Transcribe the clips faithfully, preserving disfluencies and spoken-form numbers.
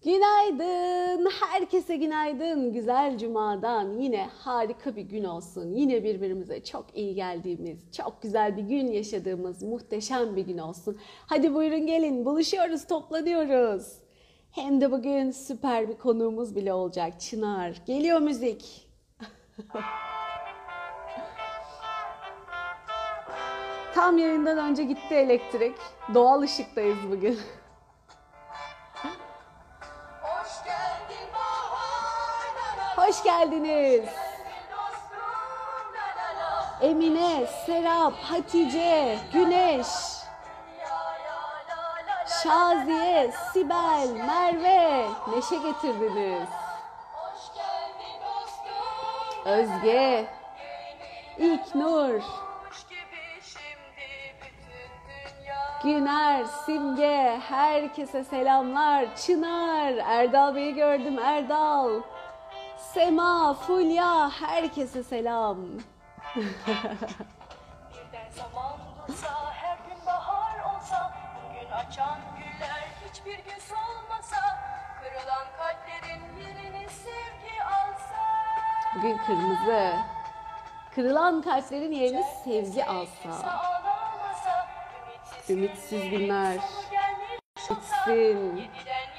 Günaydın, herkese günaydın. Güzel cumadan yine harika bir gün olsun. Yine birbirimize çok iyi geldiğimiz, çok güzel bir gün yaşadığımız muhteşem bir gün olsun. Hadi buyurun gelin, buluşuyoruz, toplanıyoruz. Hem de bugün süper bir konuğumuz bile olacak. Çınar. Geliyor müzik. Tam yayından önce gitti elektrik. Doğal ışıktayız bugün. Hoş geldiniz. Emine, Serap, Hatice, Güneş, Şaziye, Sibel, Merve, neşe getirdiniz. Özge, İlknur, Güner, Simge, herkese selamlar. Çınar, Erdal Bey'i gördüm, Erdal. Sema, Fulya, herkese selam. Birden zaman dursa, her gün bahar olsa, bugün açan güller hiçbir gün solmasa, kırılan kalplerin yerini sevgi alsa. Bugün kırmızı. Kırılan kalplerin yerini sevgi alsa. Ümitsiz günler. Bitsin.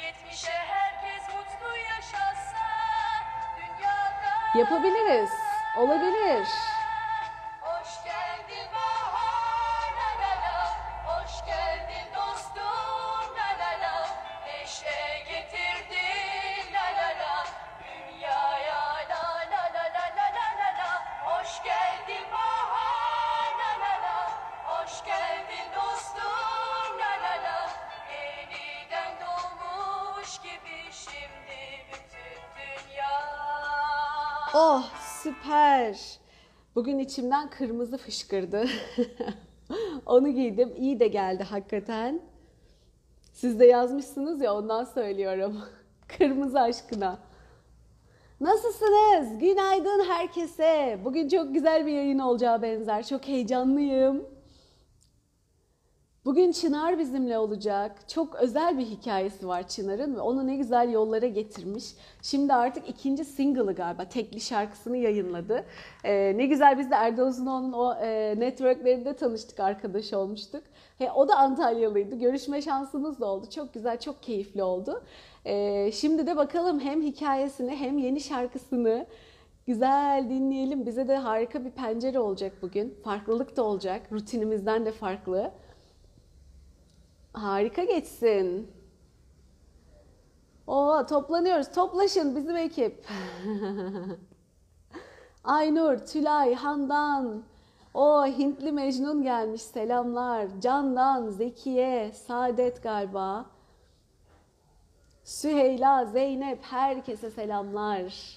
Yapabiliriz. Olabilir. Hoş geldin bahar, la la la. Hoş geldin dostum, la la la. Neşe getirdin, la la la. Dünyaya la la la la la la la la. Hoş geldin bahar, la la la. Hoş geldin dostum, la la la. Yeniden doğmuş gibi şimdi bütün dünya. Oh, süper. Bugün içimden kırmızı fışkırdı. Onu giydim. İyi de geldi hakikaten. Siz de yazmışsınız ya, ondan söylüyorum. Kırmızı aşkına. Nasılsınız? Günaydın herkese. Bugün çok güzel bir yayın olacağı benzer. Çok heyecanlıyım. Bugün Çınar bizimle olacak. Çok özel bir hikayesi var Çınar'ın ve onu ne güzel yollara getirmiş. Şimdi artık ikinci single'ı galiba, tekli şarkısını yayınladı. Ee, ne güzel, biz de Erdal Uzunoğlu'nun o e, networklerinde tanıştık, arkadaş olmuştuk. He, o da Antalyalıydı. Görüşme şansımız da oldu. Çok güzel, çok keyifli oldu. Ee, şimdi de bakalım hem hikayesini hem yeni şarkısını güzel dinleyelim. Bize de harika bir pencere olacak bugün. Farklılık da olacak. Rutinimizden de farklı. Harika geçsin. Oo, toplanıyoruz. Toplaşın bizim ekip. Aynur, Tülay, Handan. O Hintli Mecnun gelmiş. Selamlar. Candan, Zekiye, Saadet galiba. Süheyla, Zeynep, herkese selamlar.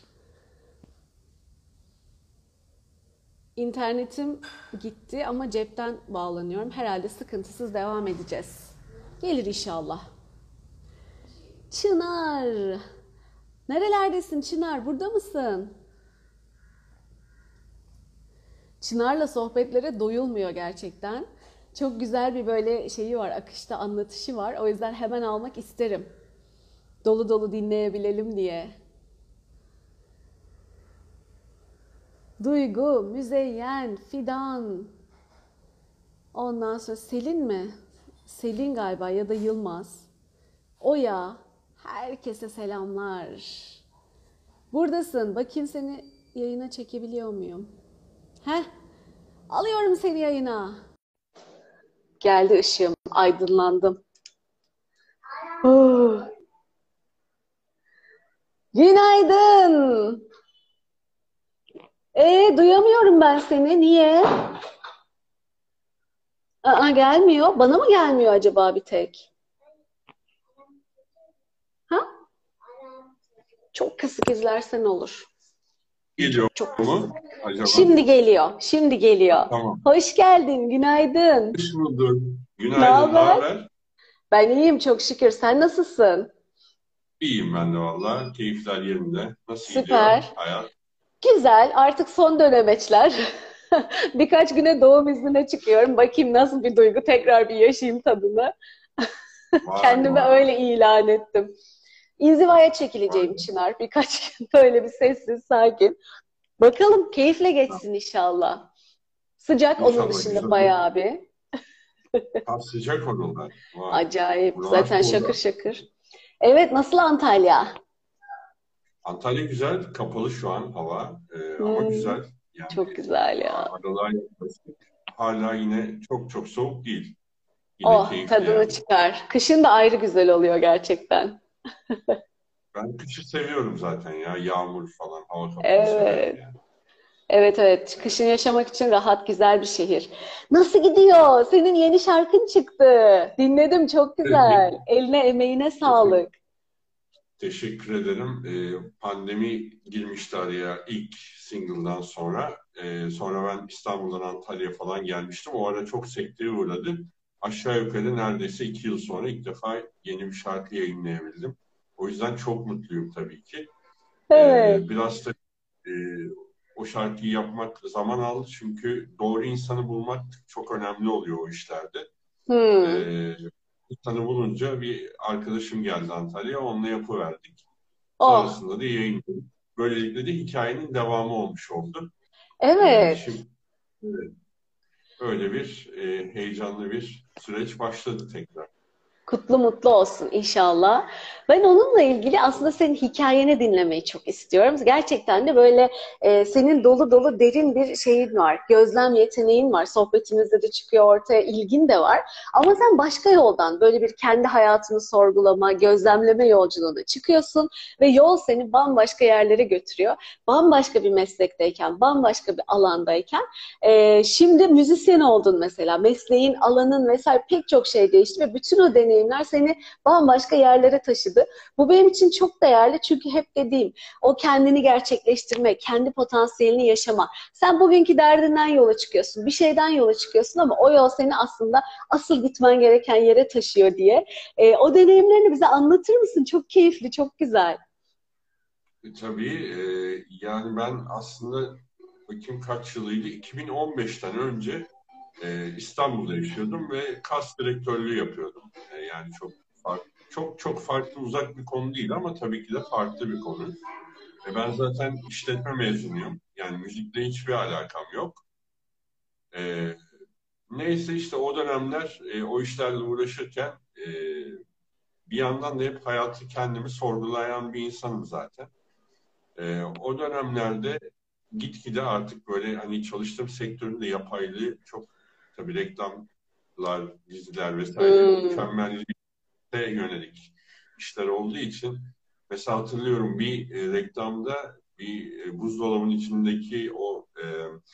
İnternetim gitti ama cepten bağlanıyorum. Herhalde sıkıntısız devam edeceğiz. Gelir inşallah. Çınar. Nerelerdesin Çınar? Burada mısın? Çınar'la sohbetlere doyulmuyor gerçekten. Çok güzel bir böyle şeyi var, akışta anlatışı var. O yüzden hemen almak isterim. Dolu dolu dinleyebilelim diye. Duygu, Müzeyyen, Fidan. Ondan sonra Selin mi? Selin galiba ya da Yılmaz. Oya, herkese selamlar. Buradasın. Bakayım seni yayına çekebiliyor muyum? Heh, alıyorum seni yayına. Geldi ışığım, aydınlandım. Oh. Günaydın. Ee, duyamıyorum ben seni. Niye? Aa, gelmiyor. Bana mı gelmiyor acaba bir tek? Ha? Çok kısık izlersen olur. Geliyor Çok mu acaba? Şimdi geliyor. Şimdi geliyor. Tamam. Hoş geldin. Günaydın. Hoş bulduk. Ne Günaydın, ne haber? haber? Ben iyiyim çok şükür. Sen nasılsın? İyiyim ben de valla. Keyifler yerinde. Nasıl gidiyor Süper. hayat? Güzel. Artık son dönemeçler. Birkaç güne doğum iznine çıkıyorum. Bakayım nasıl bir duygu. Tekrar bir yaşayayım tadını. Vay Kendime vay. öyle ilan ettim. İnzivaya çekileceğim Çınar. Birkaç gün böyle bir sessiz, sakin. Bakalım keyifle geçsin inşallah. Sıcak onun İnşallah dışında güzel olur. bayağı bir. Ha, sıcak oralar. Vay. Acayip. Buralar Zaten soğudu. şakır şakır. Evet, nasıl Antalya? Antalya güzel. Kapalı şu an hava. Ee, ama Hmm, güzel. Yani çok güzel a- ya. aralığa yaklaşık. Hala yine çok çok soğuk değil. Yine Oh, keyifli tadını yani. çıkar. Kışın da ayrı güzel oluyor gerçekten. Ben kışı seviyorum zaten ya. Yağmur falan. Hava kapalı severim Evet. yani. Evet evet. Kışın yaşamak için rahat, güzel bir şehir. Nasıl gidiyor? Senin yeni şarkın çıktı. Dinledim, çok Evet, güzel. Eline emeğine teşekkür, sağlık. teşekkür ederim. Ee, pandemi girmişti araya ilk single'dan sonra. Ee, sonra ben İstanbul'dan Antalya'ya falan gelmiştim. O ara çok sekteye uğradı. Aşağı yukarı neredeyse iki yıl sonra ilk defa yeni bir şarkı yayınlayabildim. O yüzden çok mutluyum tabii ki. Ee, Evet. biraz da e, o şarkıyı yapmak zaman aldı. Çünkü doğru insanı bulmak çok önemli oluyor o işlerde. Hmm. Ee, insanı bulunca bir arkadaşım geldi Antalya'ya, onunla yapıverdik. Oh. Sonrasında da yayınladık. Böylelikle de hikayenin devamı olmuş oldu. Ee, Evet. şimdi evet, öyle bir e, heyecanlı bir süreç başladı tekrar. Kutlu mutlu olsun inşallah. Ben onunla ilgili aslında senin hikayeni dinlemeyi çok istiyorum. Gerçekten de böyle e, senin dolu dolu derin bir şeyin var. Gözlem yeteneğin var. Sohbetimizde de çıkıyor ortaya, ilgin de var. Ama sen başka yoldan böyle bir kendi hayatını sorgulama, gözlemleme yolculuğuna çıkıyorsun ve yol seni bambaşka yerlere götürüyor. Bambaşka bir meslekteyken, bambaşka bir alandayken e, şimdi müzisyen oldun mesela. Mesleğin, alanın vesaire pek çok şey değişti ve bütün o deneyimler seni bambaşka yerlere taşıdı. Bu benim için çok değerli çünkü hep dediğim o kendini gerçekleştirme, kendi potansiyelini yaşama. Sen bugünkü derdinden yola çıkıyorsun, bir şeyden yola çıkıyorsun ama o yol seni aslında asıl gitmen gereken yere taşıyor diye. E, o deneyimlerini bize anlatır mısın? Çok keyifli, çok güzel. E, tabii e, yani ben aslında bakayım kaç yılıydı? iki bin on beşten önce e, İstanbul'da yaşıyordum ve kas direktörlüğü yapıyordum. E, yani çok farklı, çok çok farklı uzak bir konu değil ama tabii ki de farklı bir konu. E, ben zaten işletme mezunuyum. Yani müzikle hiçbir alakam yok. E, neyse işte o dönemler e, o işlerle uğraşırken e, bir yandan da hep hayatı kendimi sorgulayan bir insanım zaten. E, o dönemlerde gitgide artık böyle hani çalıştığım sektörün de yapaylığı çok tabii reklamlar, diziler vesaire Hmm. mükemmelliğe yönelik işler olduğu için mesela hatırlıyorum bir e, reklamda bir e, buzdolabının içindeki o e,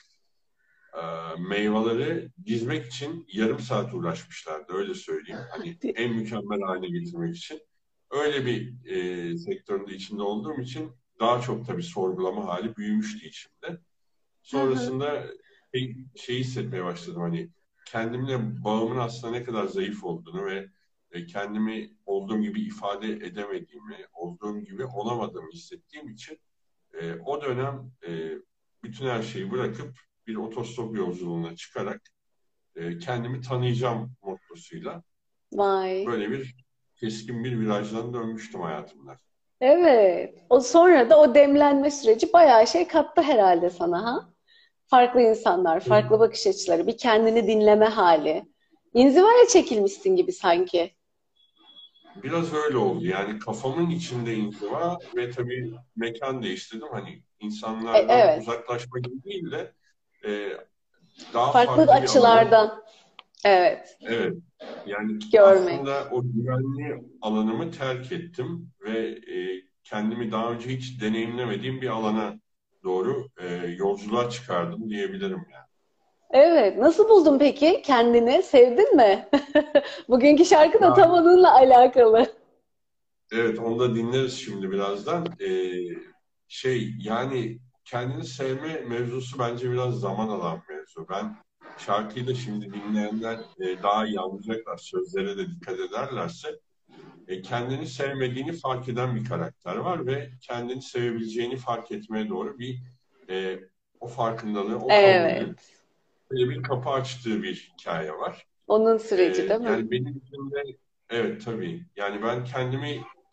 e, meyveleri dizmek için yarım saat uğraşmışlardı öyle söyleyeyim. Hani en mükemmel haline getirmek için. Öyle bir e, sektörün de içinde olduğum için daha çok tabii sorgulama hali büyümüştü içimde. Hı hı. Sonrasında şey, şey hissetmeye başladım hani kendimle bağımın aslında ne kadar zayıf olduğunu ve e, kendimi olduğum gibi ifade edemediğimi, olduğum gibi olamadığımı hissettiğim için e, o dönem e, bütün her şeyi bırakıp bir otostop yolculuğuna çıkarak e, kendimi tanıyacağım mottosuyla Vay. böyle bir keskin bir virajdan dönmüştüm hayatımda. Evet. O sonra da o demlenme süreci bayağı şey kattı herhalde sana ha? Farklı insanlar, farklı bakış açıları, bir kendini dinleme hali. İnzivaya çekilmişsin gibi sanki. Biraz öyle oldu. Yani kafamın içinde inziva ve tabii mekan değiştirdim. Hani E, insanlardan evet. uzaklaşma gibi değil de e, daha Farklı farklı bir alana. açılardan. Evet. Evet. Yani Görmek. aslında o güvenli alanımı terk ettim ve e, kendimi daha önce hiç deneyimlemediğim bir alana doğru e, yolculuğa çıkardım diyebilirim yani. Evet. Nasıl buldun peki kendini? Sevdin mi? Bugünkü şarkı da Ya, tam onunla alakalı. evet, onu da dinleriz şimdi birazdan. Ee, şey yani kendini sevme mevzusu bence biraz zaman alan mevzu. Ben şarkıyı da şimdi dinleyenler e, daha iyi anlayacaklar. Sözlere de dikkat ederlerse. E, kendini sevmediğini fark eden bir karakter var ve kendini sevebileceğini fark etmeye doğru bir e, o farkındalığı, o kabulün Evet. böyle bir kapı açtığı bir hikaye var. Onun E, süreci değil mi? yani benim için de evet tabii. Yani ben kendimi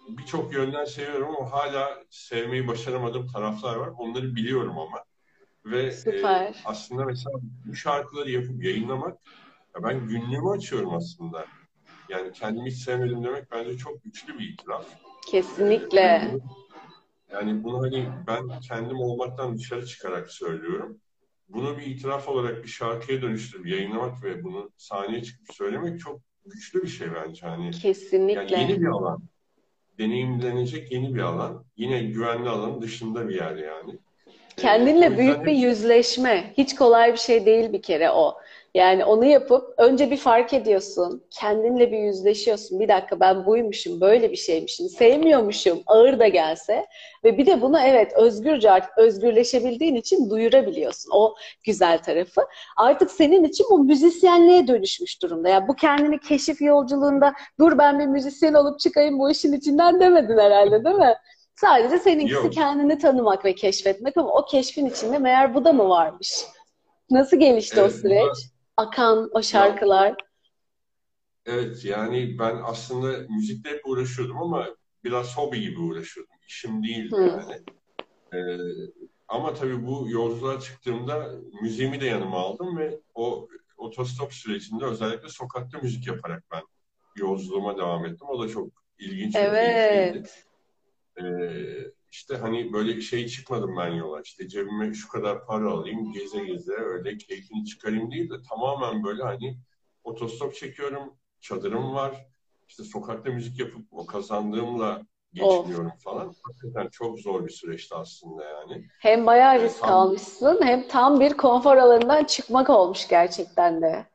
birçok yönden seviyorum ama hala sevmeyi başaramadığım taraflar var. Onları biliyorum ama. Ve e, Süper. aslında mesela bu şarkıları yapıp yayınlamak, ya ben günlüğümü açıyorum aslında. Yani kendimi hiç sevmedim demek bence çok güçlü bir itiraf. E, ve Kesinlikle. bunu, yani bunu hani ben kendim olmaktan dışarı çıkarak söylüyorum. Bunu bir itiraf olarak bir şarkıya dönüştürüp yayınlamak ve bunu sahneye çıkıp söylemek çok güçlü bir şey bence. Hani yani Kesinlikle. yeni bir alan, deneyimlenecek yeni bir alan. Yine güvenli alanın dışında bir yer yani. E, o Kendinle yüzden büyük bir hep yüzleşme. Hiç kolay bir şey değil bir kere o. Yani onu yapıp önce bir fark ediyorsun. Kendinle bir yüzleşiyorsun. Bir dakika ben buymuşum, böyle bir şeymişim. Sevmiyormuşum, ağır da gelse. Ve bir de bunu evet özgürce artık özgürleşebildiğin için duyurabiliyorsun. O güzel tarafı. Artık senin için bu müzisyenliğe dönüşmüş durumda. Yani bu kendini keşif yolculuğunda dur ben bir müzisyen olup çıkayım bu işin içinden demedin herhalde, değil mi? Sadece seninkisi yok. kendini tanımak ve keşfetmek ama o keşfin içinde meğer bu da mı varmış? Nasıl gelişti o Evet, bu süreç? da Akan o ya şarkılar. evet yani ben aslında müzikle hep uğraşıyordum ama biraz hobi gibi uğraşıyordum. İşim değildi Hı. yani. Ee, ama tabii bu yolculuğa çıktığımda müziğimi de yanıma aldım ve o otostop sürecinde özellikle sokakta müzik yaparak ben yolculuğuma devam ettim. O da çok ilginç ve keyifliydi. Evet. Ee, işte hani böyle şey çıkmadım ben yola. İşte cebime şu kadar para alayım, geze geze öyle keyfini çıkarayım değil de tamamen böyle hani otostop çekiyorum, çadırım var. İşte sokakta müzik yapıp o kazandığımla Of. geçiniyorum falan. Hakikaten çok zor bir süreçti aslında yani. Hem bayağı Ee, risk tam almışsın hem tam bir konfor alanından çıkmak olmuş gerçekten de.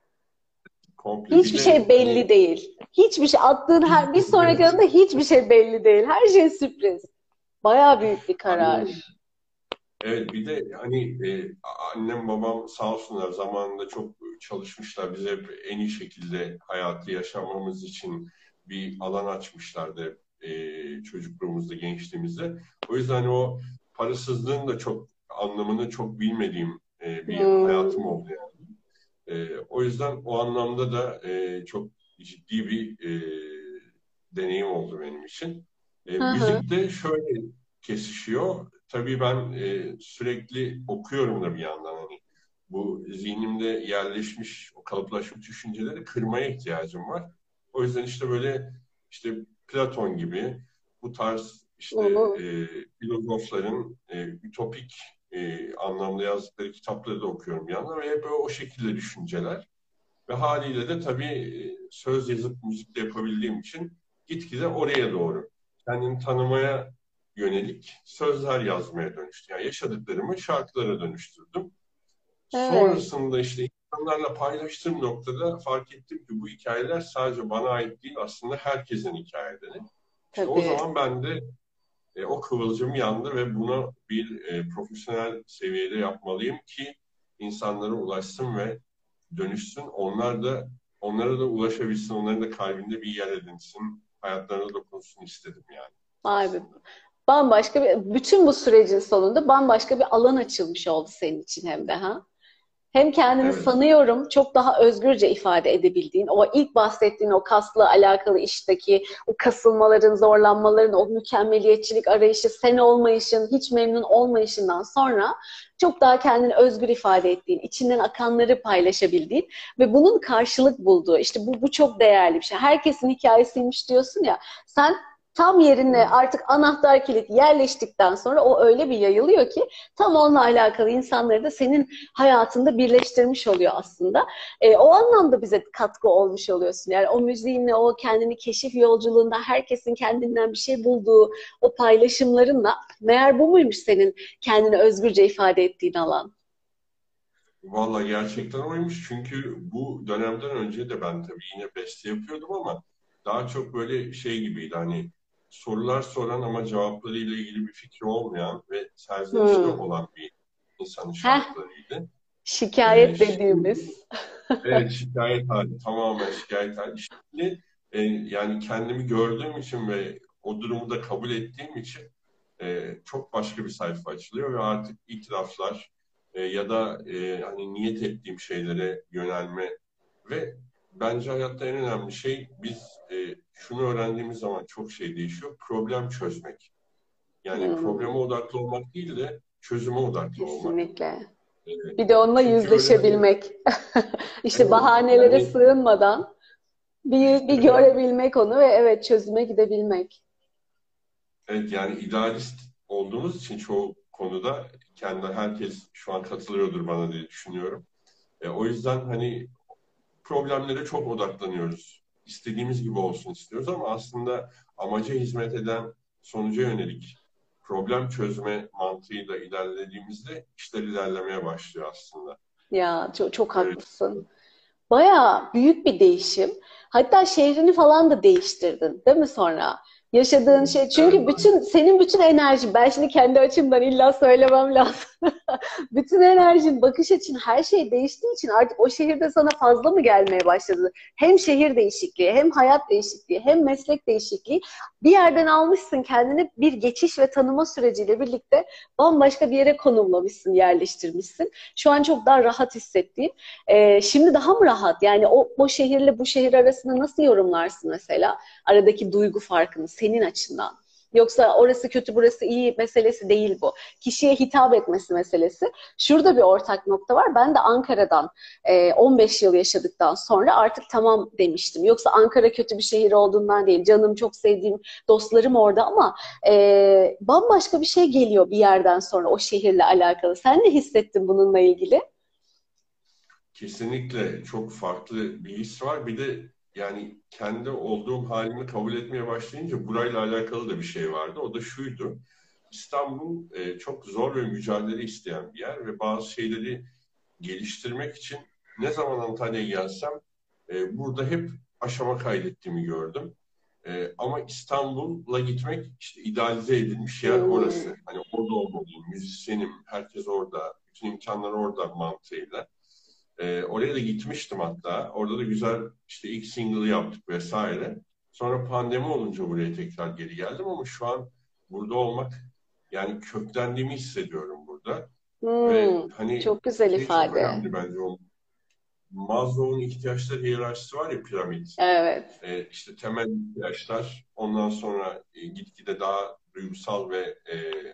komple bir Hiçbir de şey hani belli değil. Hiçbir şey attığın her bir sonraki evet, adımda hiçbir şey belli değil. Her şey sürpriz. Bayağı büyük bir aynen öyle. karar. Evet bir de hani e, annem babam sağ olsunlar zamanında çok çalışmışlar. Bize hep en iyi şekilde hayatı yaşamamız için bir alan açmışlardı e, çocukluğumuzda, gençliğimizde. O yüzden hani o parasızlığın da çok anlamını çok bilmediğim e, bir hayatım Hmm. oldu yani. E, o yüzden o anlamda da e, çok ciddi bir e, deneyim oldu benim için. E, Hı hı. müzik de şöyle kesişiyor. Tabii ben e, sürekli okuyorum da bir yandan hani bu zihnimde yerleşmiş o kalıplaşmış düşünceleri kırmaya ihtiyacım var. O yüzden işte böyle işte Platon gibi bu tarz işte Onu e, filozofların e, ütopik e, anlamda yazdıkları kitapları da okuyorum bir yandan ve hep o şekilde düşünceler. Ve haliyle de tabii e, söz yazıp müzik de yapabildiğim için gitgide oraya doğru kendini tanımaya yönelik sözler yazmaya dönüştü. Yani yaşadıklarımı şarkılara dönüştürdüm. evet Sonrasında işte insanlarla paylaştığım noktada fark ettim ki bu hikayeler sadece bana ait değil aslında herkesin hikayeleri. İşte o tabii. zaman ben de e, o kıvılcım yandı ve bunu bir e, profesyonel seviyede yapmalıyım ki insanlara ulaşsın ve dönüşsün. Onlar da onlara da ulaşabilsin, onların da kalbinde bir yer edinsin, hayatlarına dokunsun istedim yani. Vay be. Bambaşka bir, bütün bu sürecin sonunda bambaşka bir alan açılmış oldu senin için hem de ha. Hem kendini Evet. sanıyorum çok daha özgürce ifade edebildiğin, o ilk bahsettiğin o kasla alakalı işteki o kasılmaların, zorlanmaların, o mükemmeliyetçilik arayışı, sen olmayışın, hiç memnun olmayışından sonra çok daha kendini özgür ifade ettiğin, içinden akanları paylaşabildiğin ve bunun karşılık bulduğu, işte bu, bu çok değerli bir şey. Herkesin hikayesiymiş diyorsun ya, sen tam yerine Evet. artık anahtar kilit yerleştikten sonra o öyle bir yayılıyor ki tam onunla alakalı insanları da senin hayatında birleştirmiş oluyor aslında. E, o anlamda bize katkı olmuş oluyorsun. Yani o müziğinle, o kendini keşif yolculuğunda herkesin kendinden bir şey bulduğu o paylaşımlarınla meğer bu muymuş senin kendini özgürce ifade ettiğin alan? Vallahi gerçekten oymuş. Çünkü bu dönemden önce de ben tabii yine beste yapıyordum ama daha çok böyle şey gibiydi hani sorular soran ama cevaplarıyla ilgili bir fikri olmayan ve serzenişte Hmm. olan bir insanın Heh, şarkılarıydı. Ee, şikayet şimdi dediğimiz. evet şikayet hali, tamamen şikayet hali. Şimdi e, yani kendimi gördüğüm için ve o durumu da kabul ettiğim için e, çok başka bir sayfa açılıyor ve artık itiraflar e, ya da e, hani niyet ettiğim şeylere yönelme ve bence hayatta en önemli şey biz e, şunu öğrendiğimiz zaman çok şey değişiyor. Problem çözmek. Yani probleme Hmm, odaklı olmak değil de çözüme odaklı olmak. kesinlikle. Ee, Bir de onunla çünkü öyle hani yüzleşebilmek. İşte evet bahanelere yani sığınmadan bir, bir evet, görebilmek onu ve evet çözüme gidebilmek. evet yani idealist olduğumuz için çoğu konuda kendi herkes şu an katılıyordur bana diye düşünüyorum. E, o yüzden hani problemlere çok odaklanıyoruz. İstediğimiz gibi olsun istiyoruz ama aslında amaca hizmet eden sonuca yönelik problem çözme mantığıyla ilerlediğimizde işler ilerlemeye başlıyor aslında. Ya çok, çok Öyle. haklısın. Bayağı büyük bir değişim. Hatta şehrini falan da değiştirdin, değil mi sonra? Yaşadığın şey. Evet, Çünkü bütün senin bütün enerjin, ben şimdi kendi açımdan illa söylemem lazım. Bütün enerjin, bakış açın, her şey değiştiği için artık o şehirde sana fazla mı gelmeye başladı? Hem şehir değişikliği, hem hayat değişikliği, hem meslek değişikliği. Bir yerden almışsın kendini, bir geçiş ve tanıma süreciyle birlikte bambaşka bir yere konumlamışsın, yerleştirmişsin. Şu an çok daha rahat hissettiğim. Ee, şimdi daha mı rahat? Yani o, o şehirle bu şehir arasında nasıl yorumlarsın mesela? Aradaki duygu farkını senin açından. Yoksa orası kötü, burası iyi meselesi değil bu. Kişiye hitap etmesi meselesi. Şurada bir ortak nokta var. Ben de Ankara'dan e, on beş yıl yaşadıktan sonra artık tamam demiştim. Yoksa Ankara kötü bir şehir olduğundan değil. Canım, çok sevdiğim dostlarım orada ama e, bambaşka bir şey geliyor bir yerden sonra o şehirle alakalı. Sen ne hissettin bununla ilgili? kesinlikle çok farklı bir his var. Bir de yani kendi olduğum halimi kabul etmeye başlayınca burayla alakalı da bir şey vardı. O da şuydu. İstanbul e, çok zor ve mücadele isteyen bir yer ve bazı şeyleri geliştirmek için ne zaman Antalya'ya gelsem e, burada hep aşama kaydettiğimi gördüm. E, ama İstanbul'a gitmek işte idealize edilmiş yer Hmm. orası. Hani orada olmalıyım, müzisyenim, herkes orada, bütün imkanlar orada mantığıyla. E, oraya da gitmiştim hatta. Orada da güzel işte ilk single'ı yaptık vesaire. Sonra pandemi olunca buraya tekrar geri geldim ama şu an burada olmak yani köklendiğimi hissediyorum burada. Ve Hmm. hani Çok güzel şey çok ifade. önemli bence o Maslow'un ihtiyaçları hiyerarşisi var ya piramit. Evet. E, işte temel ihtiyaçlar ondan sonra e, gitgide daha duygusal ve e,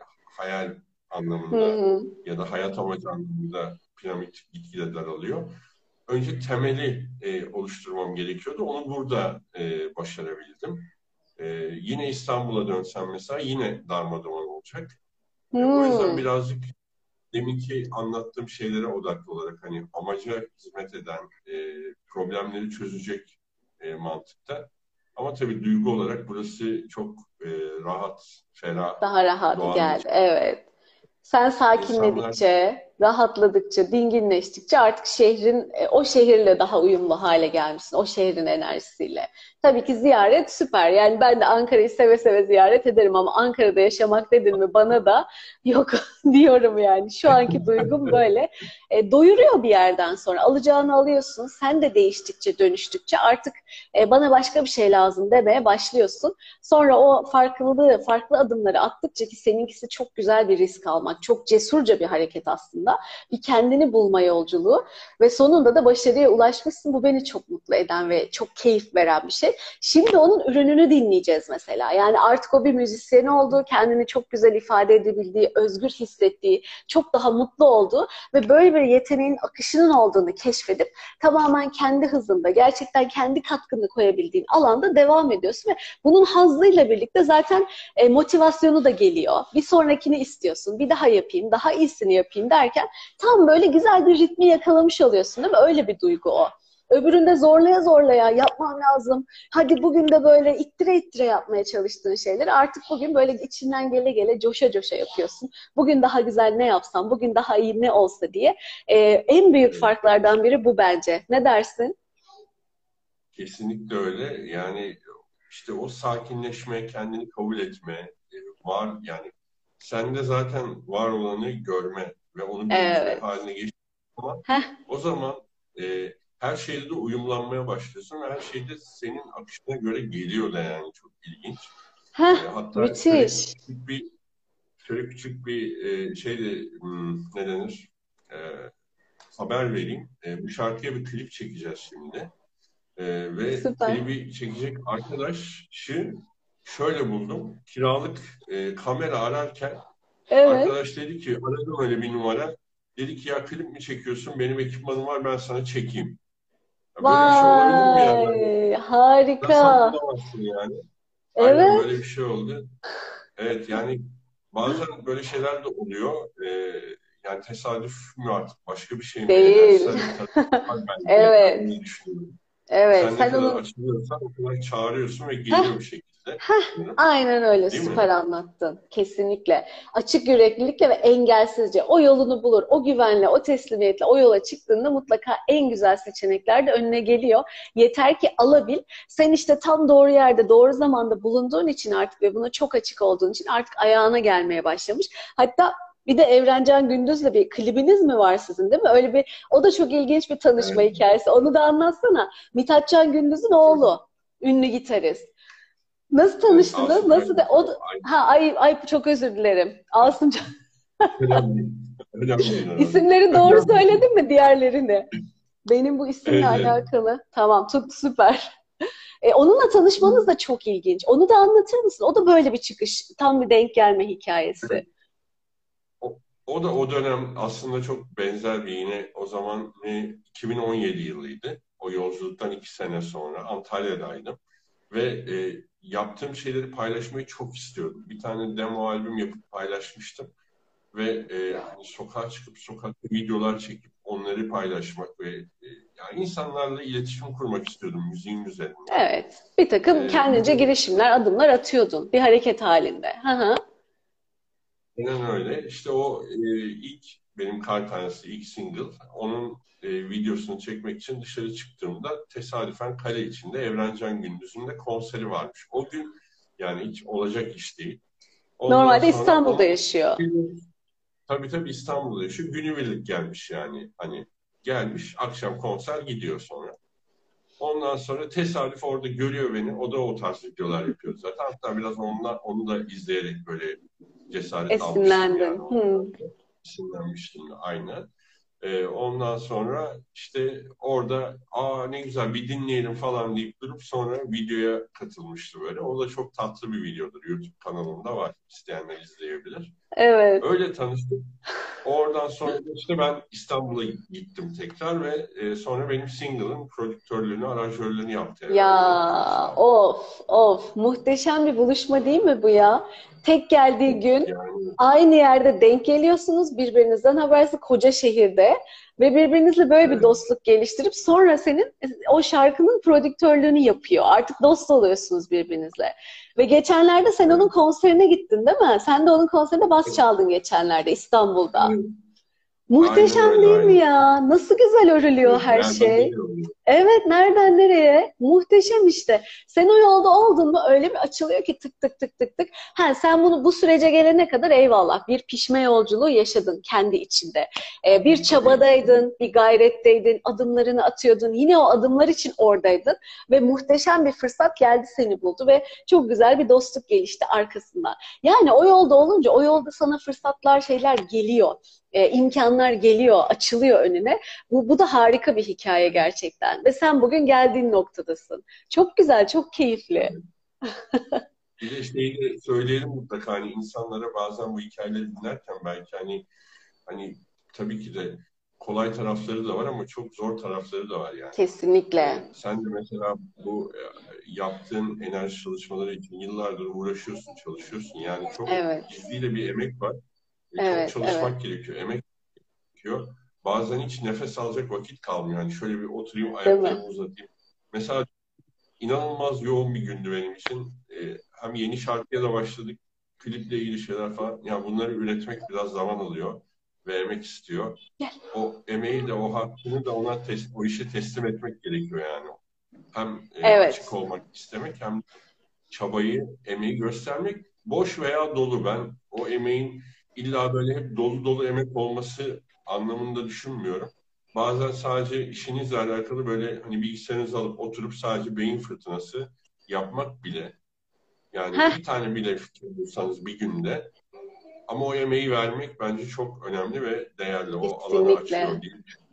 hayal Hı anlamında hı. ya da hayat amacı anlamında piramit gitgide daralıyor. Önce temeli e, oluşturmam gerekiyordu. Onu burada e, başarabildim. E, yine İstanbul'a dönsem mesela yine darmadağın olacak. E, o yüzden Hmm. birazcık deminki anlattığım şeylere odaklı olarak hani amaca hizmet eden, e, problemleri çözecek e, mantıkta. Ama tabii duygu olarak burası çok e, rahat, ferah, Daha rahat doğal geldi. geçiyor. Evet. Sen İnsanlar sakinledikçe, rahatladıkça, dinginleştikçe artık şehrin, e, o şehirle daha uyumlu hale gelmişsin. O şehrin enerjisiyle. Tabii ki ziyaret süper. Yani ben de Ankara'yı seve seve ziyaret ederim ama Ankara'da yaşamak dedin mi bana da yok diyorum yani. Şu anki duygum böyle. E, doyuruyor bir yerden sonra. Alacağını alıyorsun. Sen de değiştikçe, dönüştükçe artık e, bana başka bir şey lazım demeye başlıyorsun. Sonra o farklılığı, farklı adımları attıkça, ki seninkisi çok güzel bir risk almak, çok cesurca bir hareket aslında. Bir kendini bulma yolculuğu ve sonunda da başarıya ulaşmışsın. Bu beni çok mutlu eden ve çok keyif veren bir şey. Şimdi onun ürününü dinleyeceğiz mesela. Yani artık o bir müzisyen oldu, kendini çok güzel ifade edebildiği, özgür hissettiği, çok daha mutlu olduğu ve böyle bir yeteneğin akışının olduğunu keşfedip tamamen kendi hızında, gerçekten kendi katkını koyabildiğin alanda devam ediyorsun ve bunun hazzıyla birlikte zaten e, motivasyonu da geliyor. Bir sonrakini istiyorsun, bir daha yapayım, daha iyisini yapayım derken tam böyle güzel bir ritmi yakalamış oluyorsun, değil mi? Öyle bir duygu o. Öbüründe zorlaya zorlaya yapmam lazım. Hadi bugün de böyle ittire ittire yapmaya çalıştığın şeyleri artık bugün böyle içinden gele gele coşa coşa yapıyorsun. Bugün daha güzel ne yapsam, bugün daha iyi ne olsa diye. Ee, en büyük e, farklardan biri bu bence. Ne dersin? kesinlikle öyle. Yani işte o sakinleşme, kendini kabul etme, e, var yani sende zaten var olanı görme ve onu bildirme Evet. haline geçtiğin zaman Heh, o zaman e, her şeyde de uyumlanmaya başlıyorsun ve her şeyde senin akışına göre geliyor da yani çok ilginç. heh, E, hatta şöyle müthiş. küçük bir şöyle küçük bir e, şey de hmm, ne denir? E, haber vereyim. E, bu şarkıya bir klip çekeceğiz şimdi. Ee, ve Süper. klibi çekecek arkadaşı şöyle buldum. Kiralık e, kamera ararken Evet. arkadaş dedi ki, aradım öyle bir numara. Dedi ki ya klip mi çekiyorsun? Benim ekipmanım var, ben sana çekeyim. Ya böyle bir şey olabilir mi yani? Hani Vay, nasıl harika. bulamazsın yani? Aynen böyle Evet. bir şey oldu. Evet yani bazen böyle şeyler de oluyor. Ee, yani tesadüf mü artık başka bir şey mi? Değil. Enerjisel bir tarafı var bence Evet. diye düşünüyorum. Evet. Sen ne Sen kadar onun açılıyorsan o kadar çağırıyorsun ve Heh, geliyor bir şekilde. heh, aynen öyle. Değil mi? Süper anlattın. Kesinlikle. Açık yüreklilikle ve engelsizce o yolunu bulur. O güvenle, o teslimiyetle o yola çıktığında mutlaka en güzel seçenekler de önüne geliyor. Yeter ki alabil. Sen işte tam doğru yerde, doğru zamanda bulunduğun için artık ve buna çok açık olduğun için artık ayağına gelmeye başlamış. Hatta bir de Evrencan Gündüz'le bir klibiniz mi var sizin, değil mi? Öyle bir, o da çok ilginç bir tanışma Evet. hikayesi. Onu da anlatsana. Mithatcan Gündüz'ün oğlu. Ünlü gitarist. Nasıl Evet, tanıştınız? Asım Nasıl da Kaymak. o da- ha ay ay çok özür dilerim. Asımcan. Önemli değil. Önemli değil herhalde. İsimleri doğru Önemli değil. söyledin mi diğerlerini? Benim bu isimle Evet, evet. alakalı. Tamam, tut süper. E, onunla tanışmanız da çok ilginç. Onu da anlatır mısın? O da böyle bir çıkış, tam bir denk gelme hikayesi. O, o da o dönem aslında çok benzer bir yine o zaman ne, iki bin on yedi yılıydı. O yolculuktan iki sene sonra Antalya'daydım. Ve e, yaptığım şeyleri paylaşmayı çok istiyordum. Bir tane demo albüm yapıp paylaşmıştım. Ve e, hani sokağa çıkıp sokakta videolar çekip onları paylaşmak ve e, yani insanlarla iletişim kurmak istiyordum müziğin üzerinden. Evet. Bir takım E, bir kendince de girişimler, adımlar atıyordun. Bir hareket halinde. Hı hı. aynen öyle. İşte o e, ilk benim Kar Tanesi ilk single. Onun e, videosunu çekmek için dışarı çıktığımda tesadüfen kale içinde Evrencan Gündüz'ün de konseri varmış. O gün yani hiç olacak iş değil. Ondan Normalde sonra İstanbul'da onun yaşıyor. tabii tabii İstanbul'da yaşıyor. Günübirlik gelmiş yani. Hani gelmiş akşam konser gidiyor sonra. Ondan sonra tesadüf orada görüyor beni. O da o tarz videolar yapıyor zaten. Hatta biraz onunla, onu da izleyerek böyle cesaret almıştım yani. Esinlendin. Ondan Hı. esinlenmiştim de aynen. Ee, ondan sonra işte orada aa ne güzel bir dinleyelim falan deyip durup sonra videoya katılmıştı böyle. O da çok tatlı bir videodur. YouTube kanalımda var. İsteyenler izleyebilir. Evet. Öyle tanıştık. Oradan sonra da işte ben İstanbul'a gittim tekrar ve e, sonra benim single'ın prodüktörlüğünü, aranjörlüğünü yaptı Evrencan Gündüz Ya abi. of of, muhteşem bir buluşma değil mi bu ya? Tek geldiği gün Yani aynı yerde denk geliyorsunuz, birbirinizden habersiz, koca şehirde ve birbirinizle böyle bir evet, dostluk geliştirip sonra senin o şarkının prodüktörlüğünü yapıyor. Artık dost oluyorsunuz birbirinizle. Ve geçenlerde sen onun evet, konserine gittin, değil mi? Sen de onun konserinde bas çaldın geçenlerde İstanbul'da. evet. Aynen Muhteşem öyle, değil mi aynen. ya? Nasıl güzel örülüyor Evet, her nereden şey. nereye oluyor? Evet, nereden nereye? Muhteşem işte. Sen o yolda oldun mu öyle bir açılıyor ki tık tık tık tık tık. Ha, sen bunu bu sürece gelene kadar eyvallah. Bir pişme yolculuğu yaşadın kendi içinde. Ee, bir Tabii, tabii. çabadaydın, bir gayretteydin, adımlarını atıyordun. Yine o adımlar için oradaydın ve muhteşem bir fırsat geldi seni buldu ve çok güzel bir dostluk gelişti arkasından. Yani o yolda olunca o yolda sana fırsatlar, şeyler geliyor. Ee, imkanlar geliyor, açılıyor önüne. Bu, bu da harika bir hikaye gerçekten. Ve sen bugün geldiğin noktadasın. Çok güzel, çok keyifli. tabii. Bir de şeyi de söyleyelim mutlaka hani insanlara bazen bu hikayeleri dinlerken belki hani hani tabii ki de kolay tarafları da var ama çok zor tarafları da var yani. Ee, Kesinlikle. sen de mesela bu e, yaptığın enerji çalışmaları için yıllardır uğraşıyorsun, çalışıyorsun. Yani çok Evet, ciddi de bir emek var. E, çok evet, evet. çalışmak gerekiyor, emek gerekiyor. Bazen hiç nefes alacak vakit kalmıyor. Yani şöyle bir oturayım, Değil mi? ayaklarımı uzatayım. Mesela inanılmaz yoğun bir gündü benim için. E, hem yeni şarkıya da başladık, kliple ilgili şeyler falan. Yani bunları üretmek biraz zaman alıyor ve emek istiyor. Gel. O emeği de o hakkını da ona tes- o işe teslim etmek gerekiyor yani. Hem e, açık Evet. olmak istemek hem çabayı, emeği göstermek boş veya dolu. Ben o emeğin illa böyle hep dolu dolu emek olması anlamında düşünmüyorum. Bazen sadece işinizle alakalı böyle hani bilgisayarınızı alıp oturup sadece beyin fırtınası yapmak bile yani Heh, bir tane bile fikir bulsanız bir günde ama o emeği vermek bence çok önemli ve değerli. O alanı kesinlikle. açıyor diye düşünüyorum.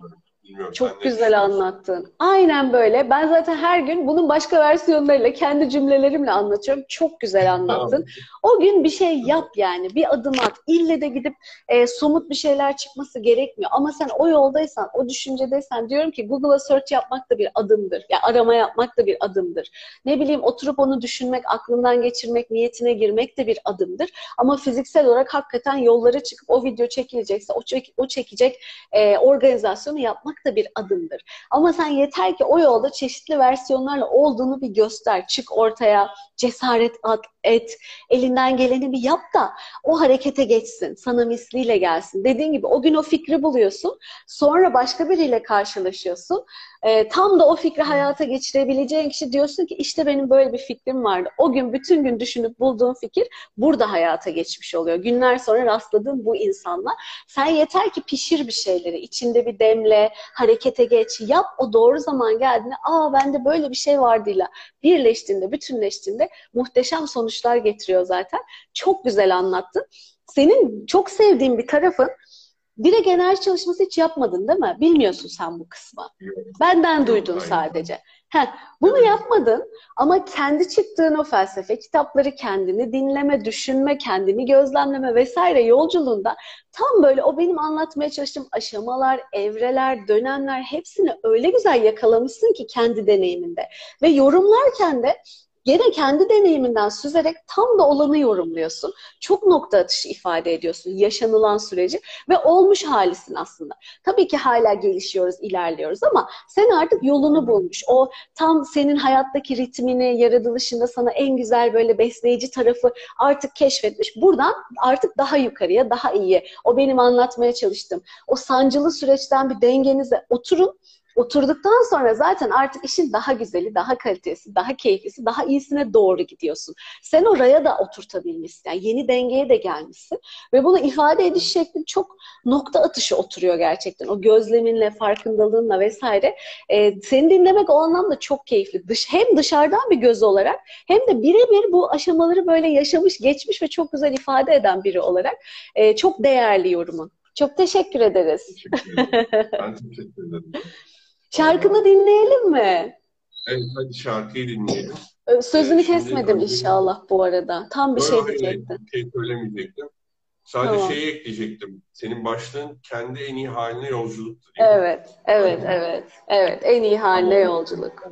Bilmiyorum, sen Çok ne güzel düşünüyorsun? anlattın. Aynen böyle. Ben zaten her gün bunun başka versiyonlarıyla, kendi cümlelerimle anlatıyorum. Çok güzel anlattın. Tamam. O gün bir şey yap yani. Bir adım at. İlle de gidip e, somut bir şeyler çıkması gerekmiyor. Ama sen o yoldaysan, o düşüncedeysen diyorum ki Google'a search yapmak da bir adımdır. Yani arama yapmak da bir adımdır. Ne bileyim oturup onu düşünmek, aklından geçirmek, niyetine girmek de bir adımdır. Ama fiziksel olarak hakikaten yollara çıkıp o video çekilecekse o, çek, o çekecek e, organizasyonu yapmak da bir adımdır. Ama sen yeter ki o yolda çeşitli versiyonlarla olduğunu bir göster. Çık ortaya, cesaret at, et, elinden geleni bir yap da o harekete geçsin, sana misliyle gelsin. Dediğin gibi o gün o fikri buluyorsun, sonra başka biriyle karşılaşıyorsun. Ee, tam da o fikri hayata geçirebileceğin kişi diyorsun ki işte benim böyle bir fikrim vardı. O gün bütün gün düşünüp bulduğun fikir burada hayata geçmiş oluyor. Günler sonra rastladığın bu insanla. Sen yeter ki pişir bir şeyleri, içinde bir demle, harekete geç, yap, o doğru zaman geldiğinde aa bende böyle bir şey vardıyla birleştiğinde, bütünleştiğinde muhteşem sonuçlar getiriyor zaten. Çok güzel anlattın. Senin çok sevdiğin bir tarafın, direkt enerji çalışması hiç yapmadın değil mi? Bilmiyorsun sen bu kısmı. Yok, Benden yok, duydun hayır. sadece. Heh, bunu Evet. yapmadın ama kendi çıktığın o felsefe kitapları, kendini dinleme, düşünme, kendini gözlemleme vesaire yolculuğunda tam böyle o benim anlatmaya çalıştığım aşamalar, evreler, dönemler hepsini öyle güzel yakalamışsın ki kendi deneyiminde. Ve yorumlarken de gene kendi deneyiminden süzerek tam da olanı yorumluyorsun. Çok nokta atışı ifade ediyorsun yaşanılan süreci ve olmuş halisin aslında. Tabii ki hala gelişiyoruz, ilerliyoruz ama sen artık yolunu bulmuş. O tam senin hayattaki ritmini, yaratılışında sana en güzel böyle besleyici tarafı artık keşfetmiş. Buradan artık daha yukarıya, daha iyi. O benim anlatmaya çalıştığım. O sancılı süreçten bir dengenize oturun. Oturduktan sonra zaten artık işin daha güzeli, daha kalitesi, daha keyiflisi, daha iyisine doğru gidiyorsun. Sen oraya da oturtabilmişsin. Yani yeni dengeye de gelmişsin. Ve bunu ifade ediş şeklin çok nokta atışı oturuyor gerçekten. O gözleminle, farkındalığınla vesaire. Ee, seni dinlemek o anlamda çok keyifli. Dış, hem dışarıdan bir göz olarak hem de birebir bu aşamaları böyle yaşamış, geçmiş ve çok güzel ifade eden biri olarak e, çok değerli yorumun. Çok teşekkür ederiz. Teşekkür ederim. Ben teşekkür ederim. Şarkını Vallahi. dinleyelim mi? Evet, hadi şarkıyı dinleyelim. Sözünü Ee, şimdi kesmedim önce inşallah bu arada. Tam bir böyle şey hayır, diyecektim. bir şey söylemeyecektim. Sadece Tamam. şeyi ekleyecektim. Senin başlığın kendi en iyi haline yolculuktu değil mi? Evet, evet, Öyle mi? evet. Evet, en iyi haline Tamam. yolculuk.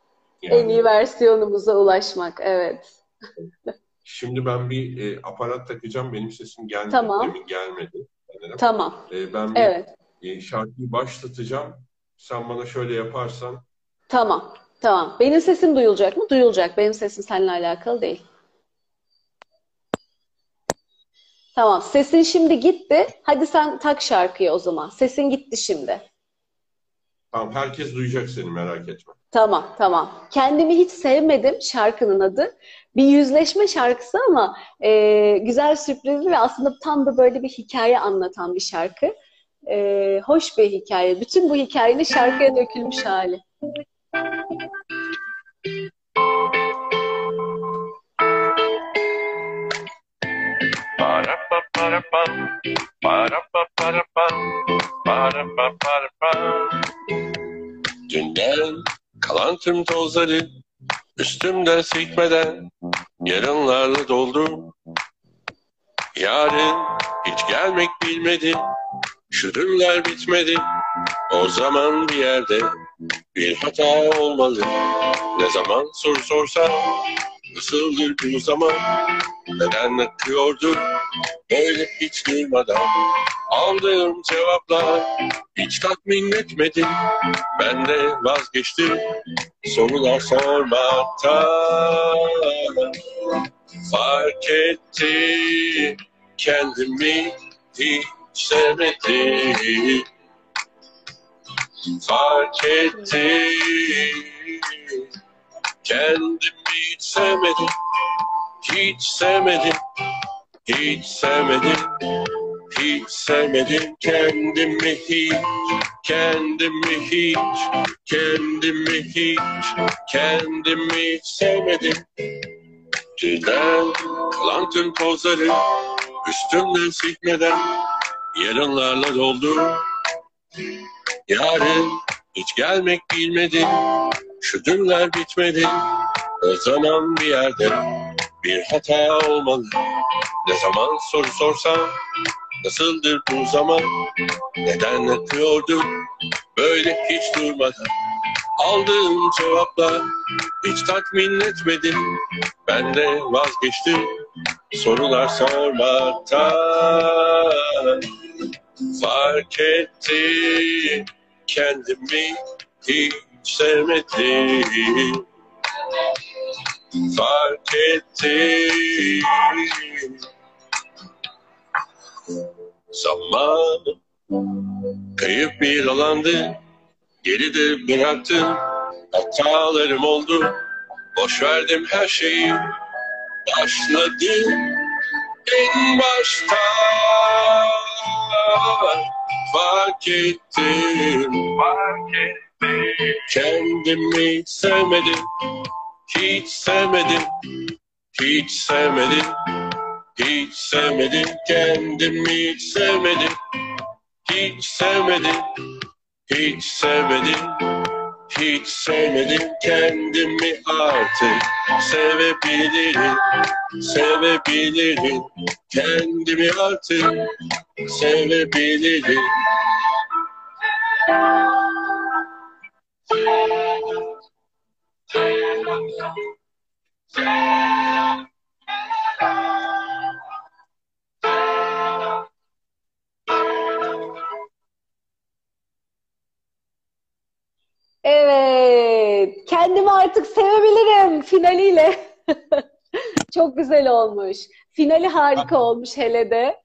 En Yani iyi versiyonumuza ulaşmak, evet. şimdi ben bir e, aparat takacağım. Benim sesim gelmedi. Tamam, Demin gelmedi sanırım. tamam. E, ben bir Evet, e, şarkıyı başlatacağım. Sen bana şöyle yaparsan. tamam, tamam. Benim sesim duyulacak mı? Duyulacak. Benim sesim seninle alakalı değil. Tamam, sesin şimdi gitti. Hadi sen tak şarkıyı o zaman. Sesin gitti şimdi. Tamam, herkes duyacak seni, merak etme. Tamam, tamam. Kendimi hiç sevmedim şarkının adı. Bir yüzleşme şarkısı ama e, güzel sürprizli ve aslında tam da böyle bir hikaye anlatan bir şarkı. E, hoş bir hikaye. Bütün bu hikayenin şarkıya dökülmüş hali. Dünden kalan tüm tozları üstümden silkmeden yarınlarla doldu. Yarın hiç gelmek bilmedi, şu dünler bitmedi. O zaman bir yerde bir hata olmalı. Ne zaman soru sorsam nasıldır bu zaman? Neden akıyordu böyle hiç durmadan? Aldığım cevaplar hiç tatmin etmedi. Ben de vazgeçtim sorular sormaktan. Fark etti kendimi hiç sevmedim. Fark etti kendimi hiç sevmedim. Hiç sevmedim. Hiç sevmedim. Hiç sevmedim kendimi hiç. Kendimi hiç. Kendimi hiç. Kendimi hiç sevmedim. Dünden kalan tüm tozları üstümden silkmeden yarınlarla doldu. Yarın hiç gelmek bilmedi, şu dünler bitmedi. O zaman bir yerde bir hata olmalı. Ne zaman soru sorsam, nasıldır bu zaman? Neden yapıyordu böyle hiç durmadan? Aldığım cevaplar hiç tatmin etmedi. Ben de vazgeçtim sorular sormaktan. Fark ettim kendimi hiç sevmedim. Fark ettim zaman kayıp bir alandı, geride bıraktım. Hatalarım oldu, boş verdim her şeyi. Başladım en baştan. Fark ettim, fark ettim. Kendimi sevmedim, hiç sevmedim, hiç sevmedim, hiç sevmedim. Kendimi hiç sevmedim, hiç sevmedim, hiç sevmedim, hiç sevmedim. Kendimi artık sevebilirim, sevebilirim. Kendimi artık sevebilirim. Evet, kendimi artık sevebilirim finaliyle. Çok güzel olmuş. Finali harika olmuş hele de.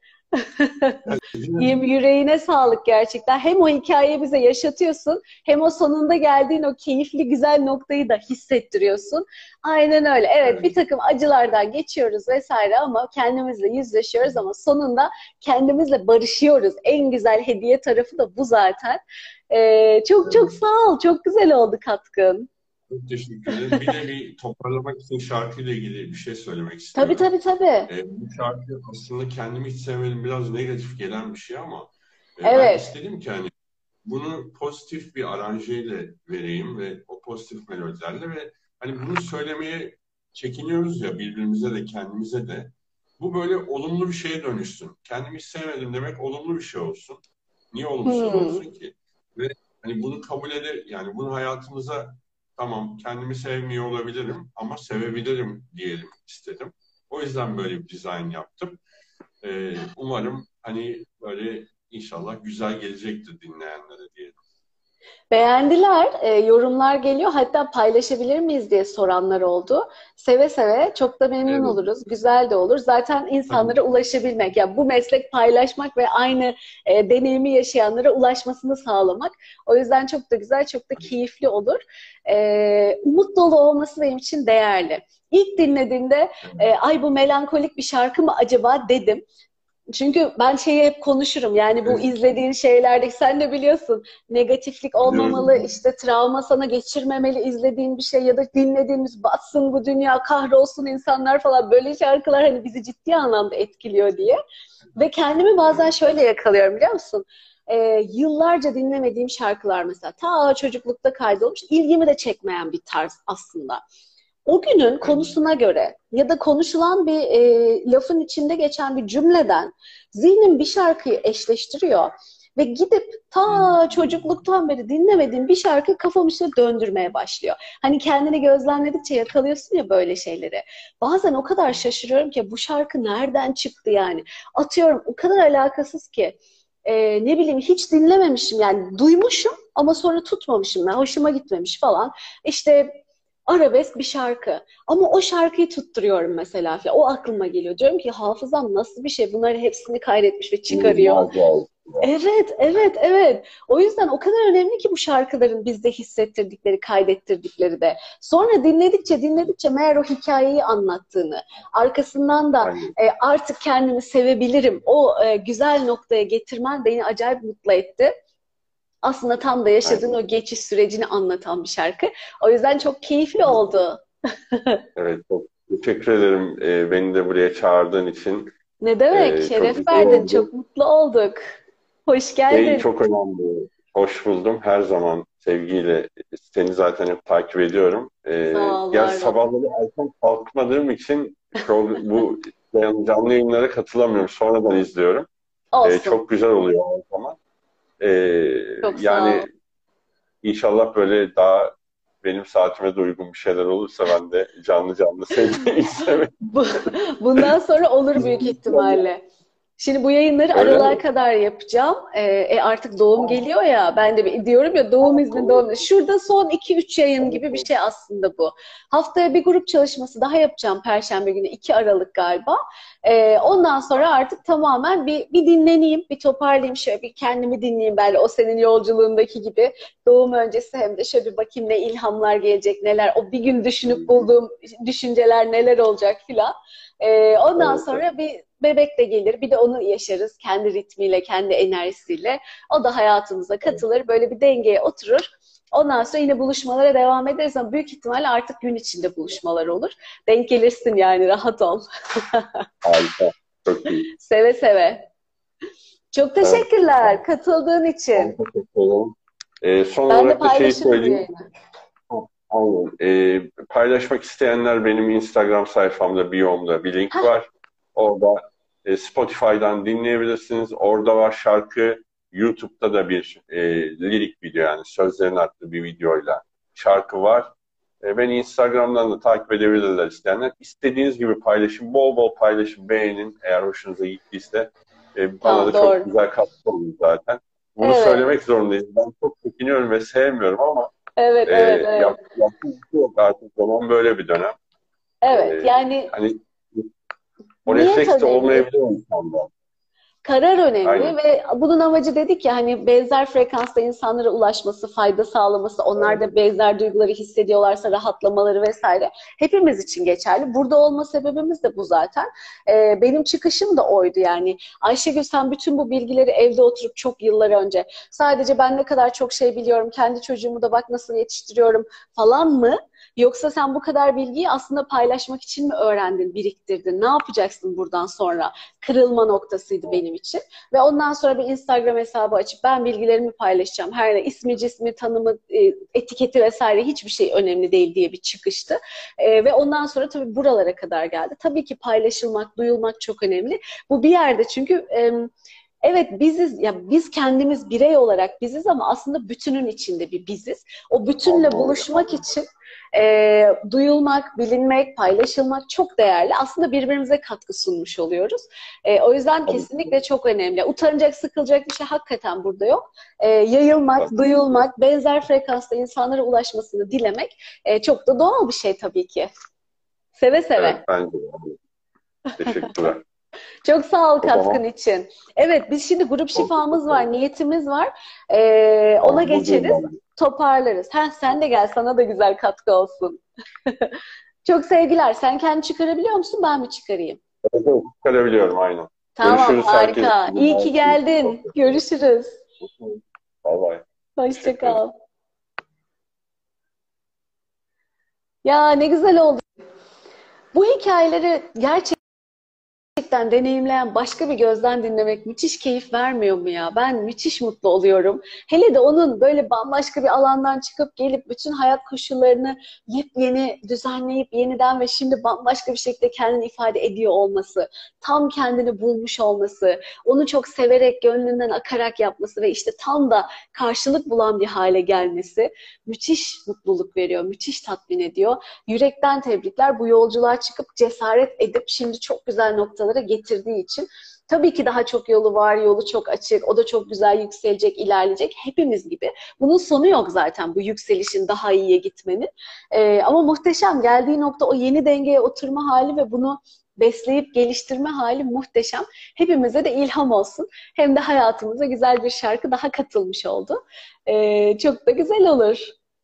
Diyeyim, yüreğine sağlık gerçekten. Hem o hikayeyi bize yaşatıyorsun, hem o sonunda geldiğin o keyifli güzel noktayı da hissettiriyorsun. Aynen öyle. Evet, bir takım acılardan geçiyoruz vesaire ama kendimizle yüzleşiyoruz ama sonunda kendimizle barışıyoruz. En güzel hediye tarafı da bu zaten. Ee, çok çok sağ ol. Çok güzel oldu katkın. Çok teşekkür ederim. Bir de bir toparlamak için şarkıyla ilgili bir şey söylemek istiyorum. Tabii tabii tabii. Ee, bu şarkı aslında kendimi hiç sevmedim, biraz negatif gelen bir şey ama e, Evet. ben istedim ki hani bunu pozitif bir aranjeyle vereyim ve o pozitif melodilerle ve hani bunu söylemeye çekiniyoruz ya birbirimize de kendimize de. Bu böyle olumlu bir şeye dönüşsün. Kendimi hiç sevmedim demek olumlu bir şey olsun. Niye olumsuz Hmm. olsun ki? Ve hani bunu kabul eder, yani bunu hayatımıza tamam kendimi sevmiyor olabilirim ama sevebilirim diyelim istedim. O yüzden böyle bir dizayn yaptım. Ee, umarım hani böyle inşallah güzel gelecektir dinleyenlere diyelim. Beğendiler, e, yorumlar geliyor. Hatta paylaşabilir miyiz diye soranlar oldu. Seve seve, çok da memnun Evet. oluruz. Güzel de olur. Zaten insanlara ulaşabilmek, yani bu meslek paylaşmak ve aynı e, deneyimi yaşayanlara ulaşmasını sağlamak. O yüzden çok da güzel, çok da keyifli olur. E, umut dolu olması benim için değerli. İlk dinlediğimde, e, ay bu melankolik bir şarkı mı acaba dedim. Çünkü ben şeyi hep konuşurum, yani bu Evet. izlediğin şeylerde sen de biliyorsun, negatiflik olmamalı, Biliyorum. işte travma sana geçirmemeli izlediğin bir şey ya da dinlediğimiz batsın bu dünya, kahrolsun insanlar falan, böyle şarkılar hani bizi ciddi anlamda etkiliyor diye. Ve kendimi bazen şöyle yakalıyorum, biliyor musun? Ee, yıllarca dinlemediğim şarkılar mesela, ta çocuklukta kaydolmuş, ilgimi de çekmeyen bir tarz aslında. O günün konusuna göre ya da konuşulan bir e, lafın içinde geçen bir cümleden zihnim bir şarkıyı eşleştiriyor ve gidip ta çocukluktan beri dinlemediğim bir şarkı kafam içine döndürmeye başlıyor. Hani kendini gözlemledikçe yakalıyorsun ya böyle şeyleri. Bazen o kadar şaşırıyorum ki bu şarkı nereden çıktı yani. Atıyorum, o kadar alakasız ki. Ee, ne bileyim, hiç dinlememişim yani, duymuşum ama sonra tutmamışım, ben hoşuma gitmemiş falan. İşte arabesk bir şarkı. Ama o şarkıyı tutturuyorum mesela. O aklıma geliyor. Diyorum ki hafızam nasıl bir şey. Bunları hepsini kaydetmiş ve çıkarıyor. Evet, evet, evet. O yüzden o kadar önemli ki bu şarkıların bizde hissettirdikleri, kaydettirdikleri de. Sonra dinledikçe dinledikçe meğer o hikayeyi anlattığını, arkasından da e, artık kendimi sevebilirim, o e, güzel noktaya getirmen beni acayip mutlu etti. Aslında tam da yaşadığın Aynen. o geçiş sürecini anlatan bir şarkı. O yüzden çok keyifli oldu. Evet, çok teşekkür ederim e, beni de buraya çağırdığın için. Ne demek? E, Şeref çok verdin. oldu. Çok mutlu olduk. Hoş geldin. Şey çok önemli. Hoş buldum. Her zaman sevgiyle seni zaten hep takip ediyorum. Ee, Sağ ol, ya var ol. sabahları erken kalkmadığım için pro- bu canlı yayınlara katılamıyorum. Sonradan izliyorum. Ee, Olsun. çok güzel oluyor o zaman. Ee, Çok sağ ol. yani inşallah böyle daha benim saatime de uygun bir şeyler olursa ben de canlı canlı seni izlemek Bu- Bundan sonra olur büyük istiyorum. ihtimalle. Şimdi bu yayınları Öyle aralığa mi? kadar yapacağım. Ee, e artık doğum geliyor ya. Ben de bir, diyorum ya doğum izni doğum izni. Şurada son iki üç yayın gibi bir şey aslında bu. Haftaya bir grup çalışması daha yapacağım Perşembe günü iki Aralık galiba. Ee, ondan sonra artık tamamen bir, bir dinleneyim, bir toparlayayım şöyle bir kendimi dinleyeyim böyle o senin yolculuğundaki gibi. Doğum öncesi hem de şöyle bir bakayım ne ilhamlar gelecek neler. O bir gün düşünüp bulduğum düşünceler neler olacak filan. Ee, ondan Evet, evet. sonra bir bebek de gelir. Bir de onu yaşarız kendi ritmiyle, kendi enerjisiyle. O da hayatımıza katılır. Böyle bir dengeye oturur. Ondan sonra yine buluşmalara devam ederiz ama büyük ihtimalle artık gün içinde buluşmalar olur. Denk gelirsin yani rahat ol. Harika. Çok iyi. Seve seve. Çok Evet. teşekkürler katıldığın Ben için. teşekkür ederim. Ee, son Ben de olarak da şeyi paylaşırım bu söyleyeyim. yayını. Aynen. Ee, paylaşmak isteyenler benim Instagram sayfamda, biyomda bir link var. Orada e, Spotify'dan dinleyebilirsiniz. Orada var şarkı. YouTube'da da bir e, lirik video yani sözlerin attığı bir videoyla şarkı var. E, beni Instagram'dan da takip edebilirler isteyenler. İstediğiniz gibi paylaşın. Bol bol paylaşın, beğenin eğer hoşunuza gittiyse. E, bana Tamam da çok doğru. güzel katkı oluyor zaten. Bunu Evet. söylemek zorundayım. Ben çok çekiniyorum ve sevmiyorum ama Evet, e, evet, evet. yap, yapacak bir şey yok artık. Zaman böyle bir dönem. E, Evet yani hani o niyet refleks de önemli. olmayabiliyor insanda. Karar önemli Aynen. ve bunun amacı dedik ya hani benzer frekansta insanlara ulaşması, fayda sağlaması, onlar Evet. da benzer duyguları hissediyorlarsa rahatlamaları vesaire hepimiz için geçerli. Burada olma sebebimiz de bu zaten. Ee, benim çıkışım da oydu yani. Ayşegül sen bütün bu bilgileri evde oturup çok yıllar önce sadece ben ne kadar çok şey biliyorum, kendi çocuğumu da bak nasıl yetiştiriyorum falan mı? Yoksa sen bu kadar bilgiyi aslında paylaşmak için mi öğrendin, biriktirdin? Ne yapacaksın buradan sonra? Kırılma noktasıydı benim için. Ve ondan sonra bir Instagram hesabı açıp ben bilgilerimi paylaşacağım. Her ne ismi, cismi, tanımı, e, etiketi vesaire hiçbir şey önemli değil diye bir çıkıştı. E, ve ondan sonra tabii buralara kadar geldi. Tabii ki paylaşılmak, duyulmak çok önemli. Bu bir yerde çünkü e, evet biziz ya biz kendimiz birey olarak biziz ama aslında bütünün içinde bir biziz. O bütünle Vallahi öyle. buluşmak için e, duyulmak, bilinmek, paylaşılmak çok değerli. Aslında birbirimize katkı sunmuş oluyoruz. E, o yüzden Tabii. kesinlikle çok önemli. Utanacak, sıkılacak bir şey hakikaten burada yok. E, yayılmak, Tabii. duyulmak, benzer frekansta insanlara ulaşmasını dilemek e, çok da doğal bir şey tabii ki. Seve Evet, seve. bence de. Teşekkürler. Çok sağ ol O zaman katkın için. Evet, biz şimdi grup çok şifamız teşekkür var, ederim. niyetimiz var. Ee, ona Tamam, buradayım geçeriz, ben. toparlarız. Ha, sen de gel, sana da güzel katkı olsun. Çok sevgiler. Sen kendi çıkarabiliyor musun, ben mi çıkarayım? Evet, evet, çıkarabiliyorum aynen. Tamam, Görüşürüz herkese. harika. İyi ki geldin. Görüşürüz. Bay bay. Hoşça Teşekkür ederim. kal. Ya ne güzel oldu. Bu hikayeleri gerçekten gerçekten deneyimleyen başka bir gözden dinlemek müthiş keyif vermiyor mu ya? Ben müthiş mutlu oluyorum. Hele de onun böyle bambaşka bir alandan çıkıp gelip bütün hayat koşullarını yepyeni düzenleyip yeniden ve şimdi bambaşka bir şekilde kendini ifade ediyor olması, tam kendini bulmuş olması, onu çok severek, gönlünden akarak yapması ve işte tam da karşılık bulan bir hale gelmesi müthiş mutluluk veriyor, müthiş tatmin ediyor. Yürekten tebrikler. Bu yolculuğa çıkıp cesaret edip şimdi çok güzel noktalara getirdiği için. Tabii ki daha çok yolu var, yolu çok açık, o da çok güzel yükselecek, ilerleyecek. Hepimiz gibi. Bunun sonu yok zaten bu yükselişin, daha iyiye gitmenin. Ee, ama muhteşem. Geldiği nokta o yeni dengeye oturma hali ve bunu besleyip geliştirme hali muhteşem. Hepimize de ilham olsun. Hem de hayatımıza güzel bir şarkı daha katılmış oldu. Ee, çok da güzel olur.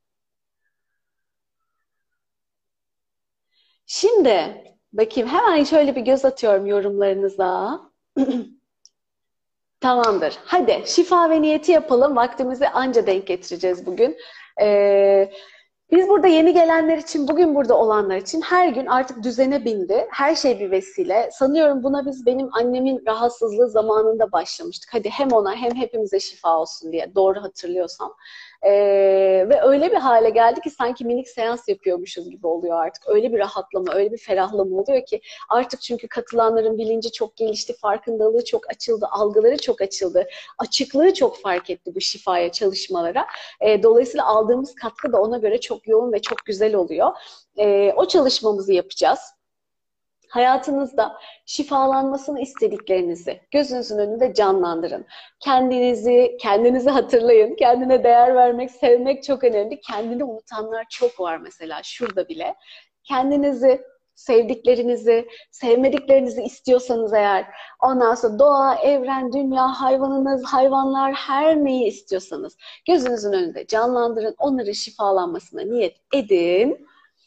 Şimdi bakayım hemen şöyle bir göz atıyorum yorumlarınıza. Tamamdır. Hadi şifa ve niyeti yapalım. Vaktimizi anca denk getireceğiz bugün. Ee, Biz burada yeni gelenler için, bugün burada olanlar için her gün artık düzene bindi. Her şey bir vesile. Sanıyorum buna biz benim annemin rahatsızlığı zamanında başlamıştık. Hadi hem ona hem hepimize şifa olsun diye, doğru hatırlıyorsam. Ee, ve öyle bir hale geldi ki sanki minik seans yapıyormuşuz gibi oluyor artık. Öyle bir rahatlama, öyle bir ferahlama oluyor ki artık, çünkü katılanların bilinci çok gelişti, farkındalığı çok açıldı, algıları çok açıldı, açıklığı çok fark etti bu şifaya, çalışmalara. E, dolayısıyla aldığımız katkı da ona göre çok yoğun ve çok güzel oluyor. E, o çalışmamızı yapacağız. Hayatınızda şifalanmasını istediklerinizi gözünüzün önünde canlandırın. Kendinizi, kendinizi hatırlayın. Kendine değer vermek, sevmek çok önemli. Kendini unutanlar çok var mesela şurada bile. Kendinizi, sevdiklerinizi, sevmediklerinizi istiyorsanız eğer, ondan sonra doğa, evren, dünya, hayvanınız, hayvanlar, her neyi istiyorsanız gözünüzün önünde canlandırın. Onların şifalanmasına niyet edin.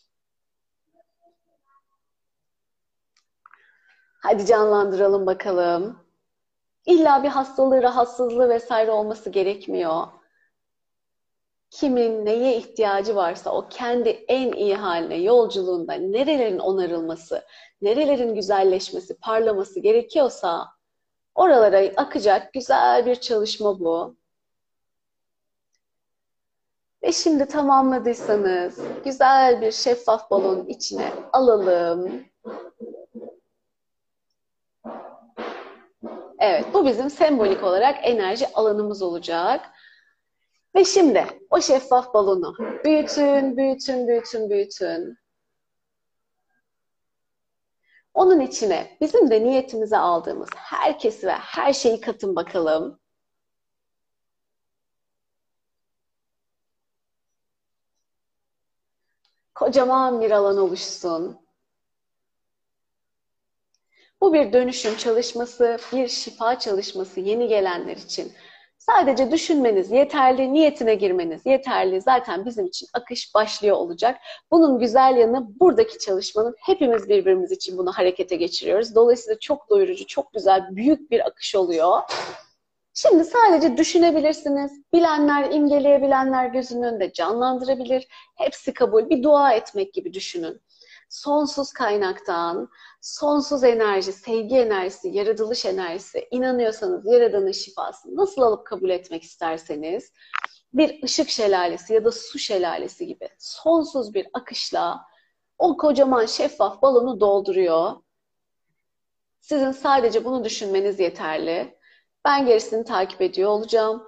Hadi canlandıralım bakalım. İlla bir hastalığı, rahatsızlığı vesaire olması gerekmiyor. Kimin neye ihtiyacı varsa o kendi en iyi haline, yolculuğunda nerelerin onarılması, nerelerin güzelleşmesi, parlaması gerekiyorsa oralara akacak güzel bir çalışma bu. Ve şimdi tamamladıysanız güzel bir şeffaf balonun içine alalım. Evet, bu bizim sembolik olarak enerji alanımız olacak. Ve şimdi o şeffaf balonu büyütün, büyütün, büyütün, büyütün. Onun içine bizim de niyetimize aldığımız herkesi ve her şeyi katın bakalım. Kocaman bir alan oluşsun. Bu bir dönüşüm çalışması, bir şifa çalışması yeni gelenler için. Sadece düşünmeniz yeterli, niyetine girmeniz yeterli. Zaten bizim için akış başlıyor olacak. Bunun güzel yanı, buradaki çalışmanın hepimiz birbirimiz için bunu harekete geçiriyoruz. Dolayısıyla çok doyurucu, çok güzel, büyük bir akış oluyor. Şimdi sadece düşünebilirsiniz. Bilenler, imgeleyebilenler gözünün önünde canlandırabilir. Hepsi kabul. Bir dua etmek gibi düşünün. Sonsuz kaynaktan, sonsuz enerji, sevgi enerjisi, yaratılış enerjisi, inanıyorsanız Yaradan'ın şifasını nasıl alıp kabul etmek isterseniz, bir ışık şelalesi ya da su şelalesi gibi sonsuz bir akışla o kocaman şeffaf balonu dolduruyor. Sizin sadece bunu düşünmeniz yeterli. Ben gerisini takip ediyor olacağım.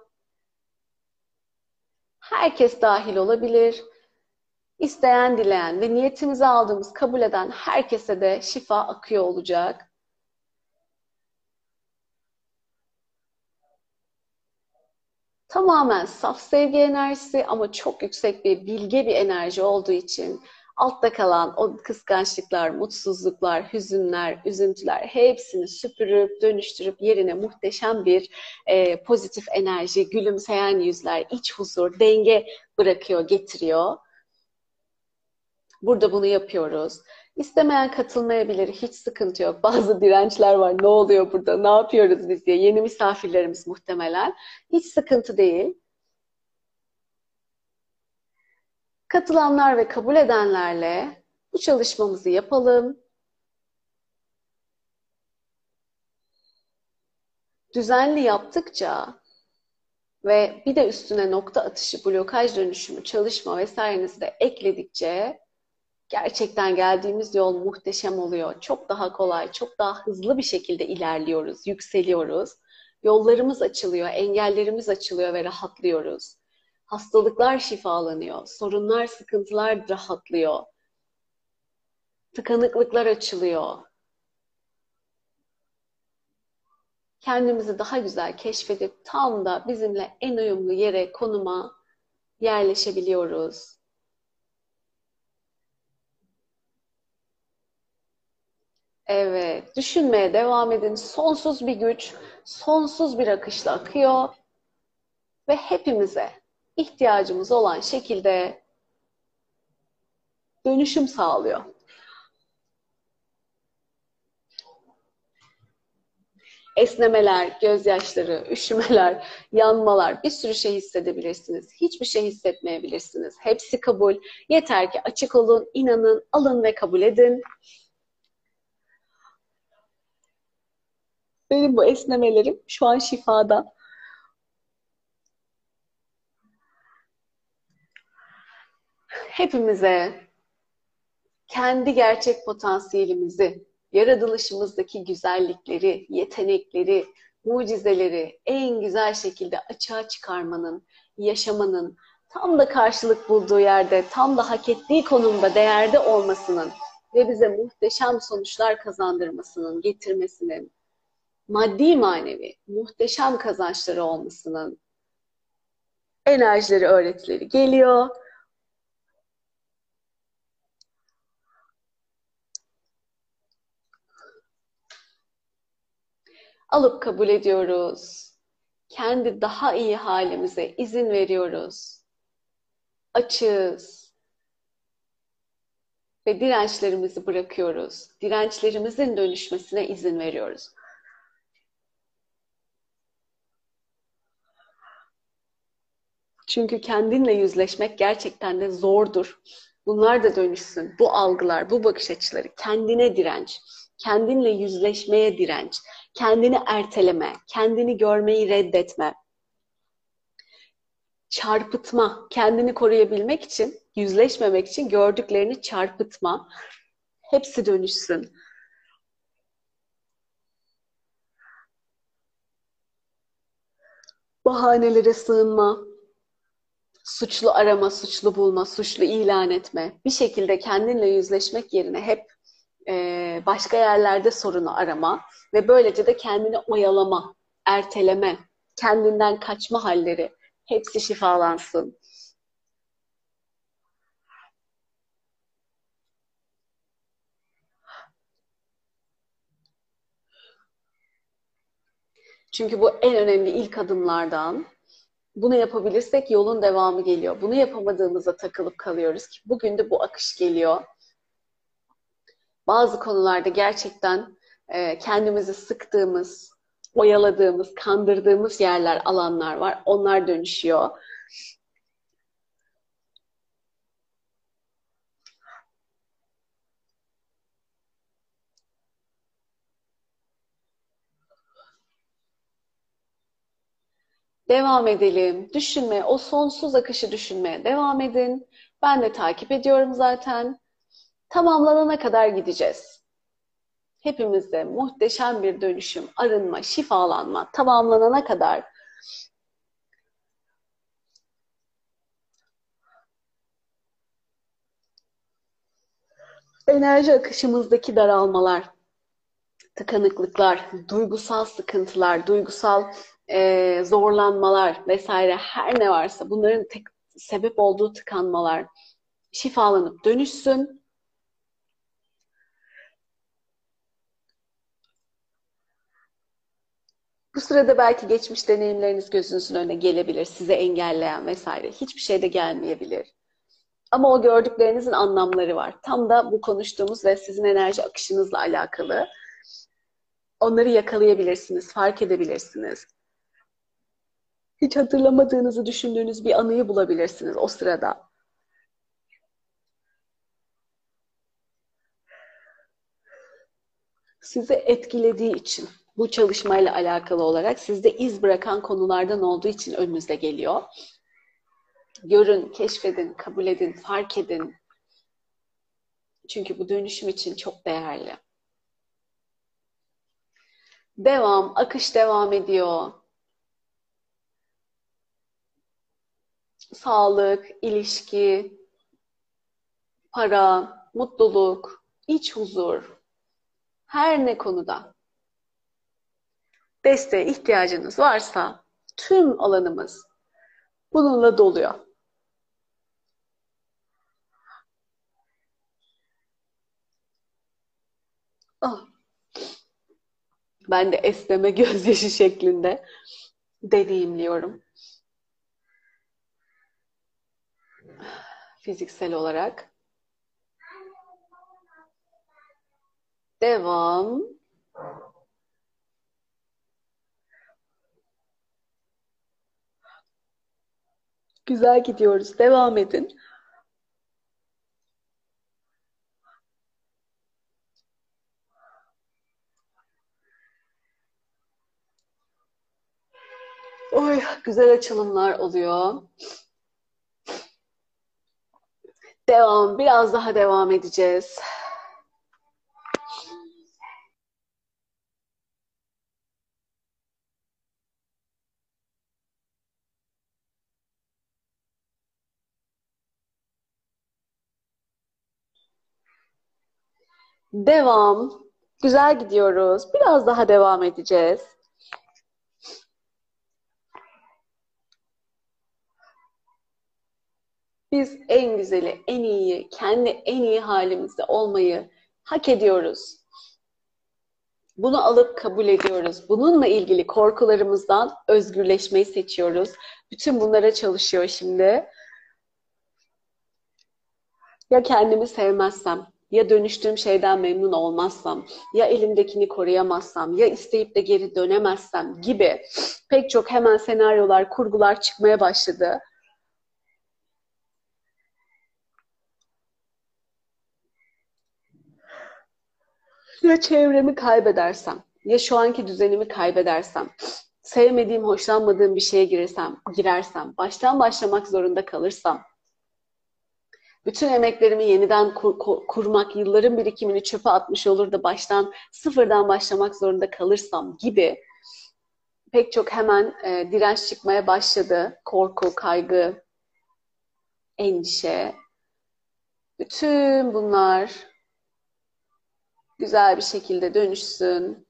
Herkes dahil olabilir. İsteyen, dileyen ve niyetimize aldığımız, kabul eden herkese de şifa akıyor olacak. Tamamen saf sevgi enerjisi ama çok yüksek bir bilge bir enerji olduğu için altta kalan o kıskançlıklar, mutsuzluklar, hüzünler, üzüntüler hepsini süpürüp, dönüştürüp yerine muhteşem bir e, pozitif enerji, gülümseyen yüzler, iç huzur, denge bırakıyor, getiriyor. Burada bunu yapıyoruz. İstemeyen katılmayabilir, hiç sıkıntı yok. Bazı dirençler var, ne oluyor burada, ne yapıyoruz biz diye. Yeni misafirlerimiz muhtemelen. Hiç sıkıntı değil. Katılanlar ve kabul edenlerle bu çalışmamızı yapalım. Düzenli yaptıkça ve bir de üstüne nokta atışı, blokaj dönüşümü, çalışma vesairenizi de ekledikçe gerçekten geldiğimiz yol muhteşem oluyor. Çok daha kolay, çok daha hızlı bir şekilde ilerliyoruz, yükseliyoruz. Yollarımız açılıyor, engellerimiz açılıyor ve rahatlıyoruz. Hastalıklar şifalanıyor, sorunlar, sıkıntılar rahatlıyor. Tıkanıklıklar açılıyor. Kendimizi daha güzel keşfedip tam da bizimle en uyumlu yere, konuma yerleşebiliyoruz. Evet, düşünmeye devam edin. Sonsuz bir güç, sonsuz bir akışla akıyor ve hepimize ihtiyacımız olan şekilde dönüşüm sağlıyor. Esnemeler, gözyaşları, üşümeler, yanmalar, bir sürü şey hissedebilirsiniz. Hiçbir şey hissetmeyebilirsiniz. Hepsi kabul. Yeter ki açık olun, inanın, alın ve kabul edin. Benim bu esnemelerim şu an şifada. Hepimize kendi gerçek potansiyelimizi, yaratılışımızdaki güzellikleri, yetenekleri, mucizeleri en güzel şekilde açığa çıkarmanın, yaşamanın, tam da karşılık bulduğu yerde, tam da hak ettiği konumda, değerde olmasının ve bize muhteşem sonuçlar kazandırmasının, getirmesinin, maddi manevi muhteşem kazançları olmasının enerjileri, öğretileri geliyor. Alıp kabul ediyoruz. Kendi daha iyi halimize izin veriyoruz. Açığız. Ve dirençlerimizi bırakıyoruz. Dirençlerimizin dönüşmesine izin veriyoruz. Çünkü kendinle yüzleşmek gerçekten de zordur. Bunlar da dönüşsün. Bu algılar, bu bakış açıları. Kendine direnç. Kendinle yüzleşmeye direnç. Kendini erteleme. Kendini görmeyi reddetme. Çarpıtma. Kendini koruyabilmek için, yüzleşmemek için gördüklerini çarpıtma. Hepsi dönüşsün. Bahanelere sığınma. Suçlu arama, suçlu bulma, suçlu ilan etme. Bir şekilde kendinle yüzleşmek yerine hep e, başka yerlerde sorunu arama ve böylece de kendini oyalama, erteleme, kendinden kaçma halleri hepsi şifalansın. Çünkü bu en önemli ilk adımlardan. Bunu yapabilirsek yolun devamı geliyor. Bunu yapamadığımızda takılıp kalıyoruz ki bugün de bu akış geliyor. Bazı konularda gerçekten e, kendimizi sıktığımız, oyaladığımız, kandırdığımız yerler, alanlar var. Onlar dönüşüyor. Devam edelim. Düşünmeye, o sonsuz akışı düşünmeye devam edin. Ben de takip ediyorum zaten. Tamamlanana kadar gideceğiz. Hepimizde muhteşem bir dönüşüm, arınma, şifalanma tamamlanana kadar enerji akışımızdaki daralmalar, tıkanıklıklar, duygusal sıkıntılar, duygusal e, zorlanmalar vesaire her ne varsa bunların tek sebep olduğu tıkanmalar şifalanıp dönüşsün. Bu sırada belki geçmiş deneyimleriniz gözünüzün önüne gelebilir, size engelleyen vesaire. Hiçbir şey de gelmeyebilir. Ama o gördüklerinizin anlamları var. Tam da bu konuştuğumuz ve sizin enerji akışınızla alakalı. Onları yakalayabilirsiniz, fark edebilirsiniz. Hiç hatırlamadığınızı düşündüğünüz bir anıyı bulabilirsiniz o sırada. Sizi etkilediği için, bu çalışmayla alakalı olarak sizde iz bırakan konulardan olduğu için önünüze geliyor. Görün, keşfedin, kabul edin, fark edin. Çünkü bu dönüşüm için çok değerli. Devam, akış devam ediyor. Sağlık, ilişki, para, mutluluk, iç huzur, her ne konuda desteğe ihtiyacınız varsa tüm alanımız bununla doluyor. Oh. Ben de esneme gözyaşı şeklinde deneyimliyorum. Fiziksel olarak. Devam. Güzel gidiyoruz. Devam edin. Oy, güzel açılımlar oluyor. Devam. Biraz daha devam edeceğiz. Devam. Güzel gidiyoruz. Biraz daha devam edeceğiz. Biz en güzeli, en iyiyi, kendi en iyi halimizde olmayı hak ediyoruz. Bunu alıp kabul ediyoruz. Bununla ilgili korkularımızdan özgürleşmeyi seçiyoruz. Bütün bunlara çalışıyor şimdi. Ya kendimi sevmezsem, ya dönüştüğüm şeyden memnun olmazsam, ya elimdekini koruyamazsam, ya isteyip de geri dönemezsem gibi pek çok hemen senaryolar, kurgular çıkmaya başladı. Ya çevremi kaybedersem, ya şu anki düzenimi kaybedersem, sevmediğim, hoşlanmadığım bir şeye girersem, girersem, baştan başlamak zorunda kalırsam, bütün emeklerimi yeniden kur, kur, kurmak, yılların birikimini çöpe atmış olur da baştan, sıfırdan başlamak zorunda kalırsam gibi pek çok hemen e, direnç çıkmaya başladı. Korku, kaygı, endişe. Bütün bunlar güzel bir şekilde dönüşsün.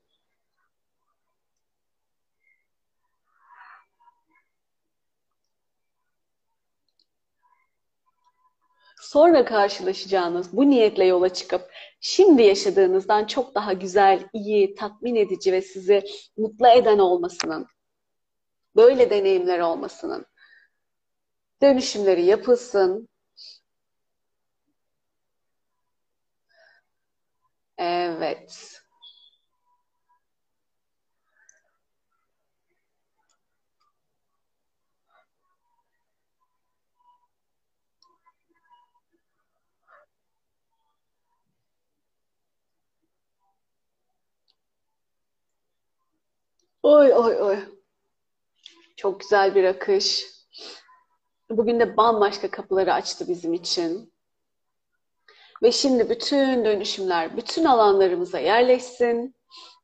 Sonra karşılaşacağınız bu niyetle yola çıkıp şimdi yaşadığınızdan çok daha güzel, iyi, tatmin edici ve sizi mutlu eden olmasının, böyle deneyimler olmasının dönüşümleri yapılsın. Evet. Oy oy oy. Çok güzel bir akış. Bugün de bambaşka kapıları açtı bizim için. Ve şimdi bütün dönüşümler, bütün alanlarımıza yerleşsin.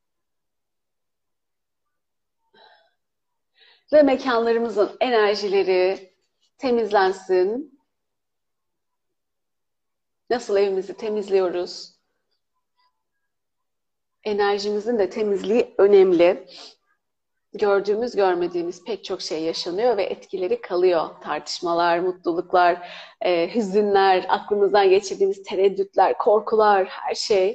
Ve mekanlarımızın enerjileri temizlensin. Nasıl evimizi temizliyoruz? Enerjimizin de temizliği önemli. Gördüğümüz, görmediğimiz pek çok şey yaşanıyor ve etkileri kalıyor. Tartışmalar, mutluluklar, e, hüzünler, aklımızdan geçirdiğimiz tereddütler, korkular, her şey.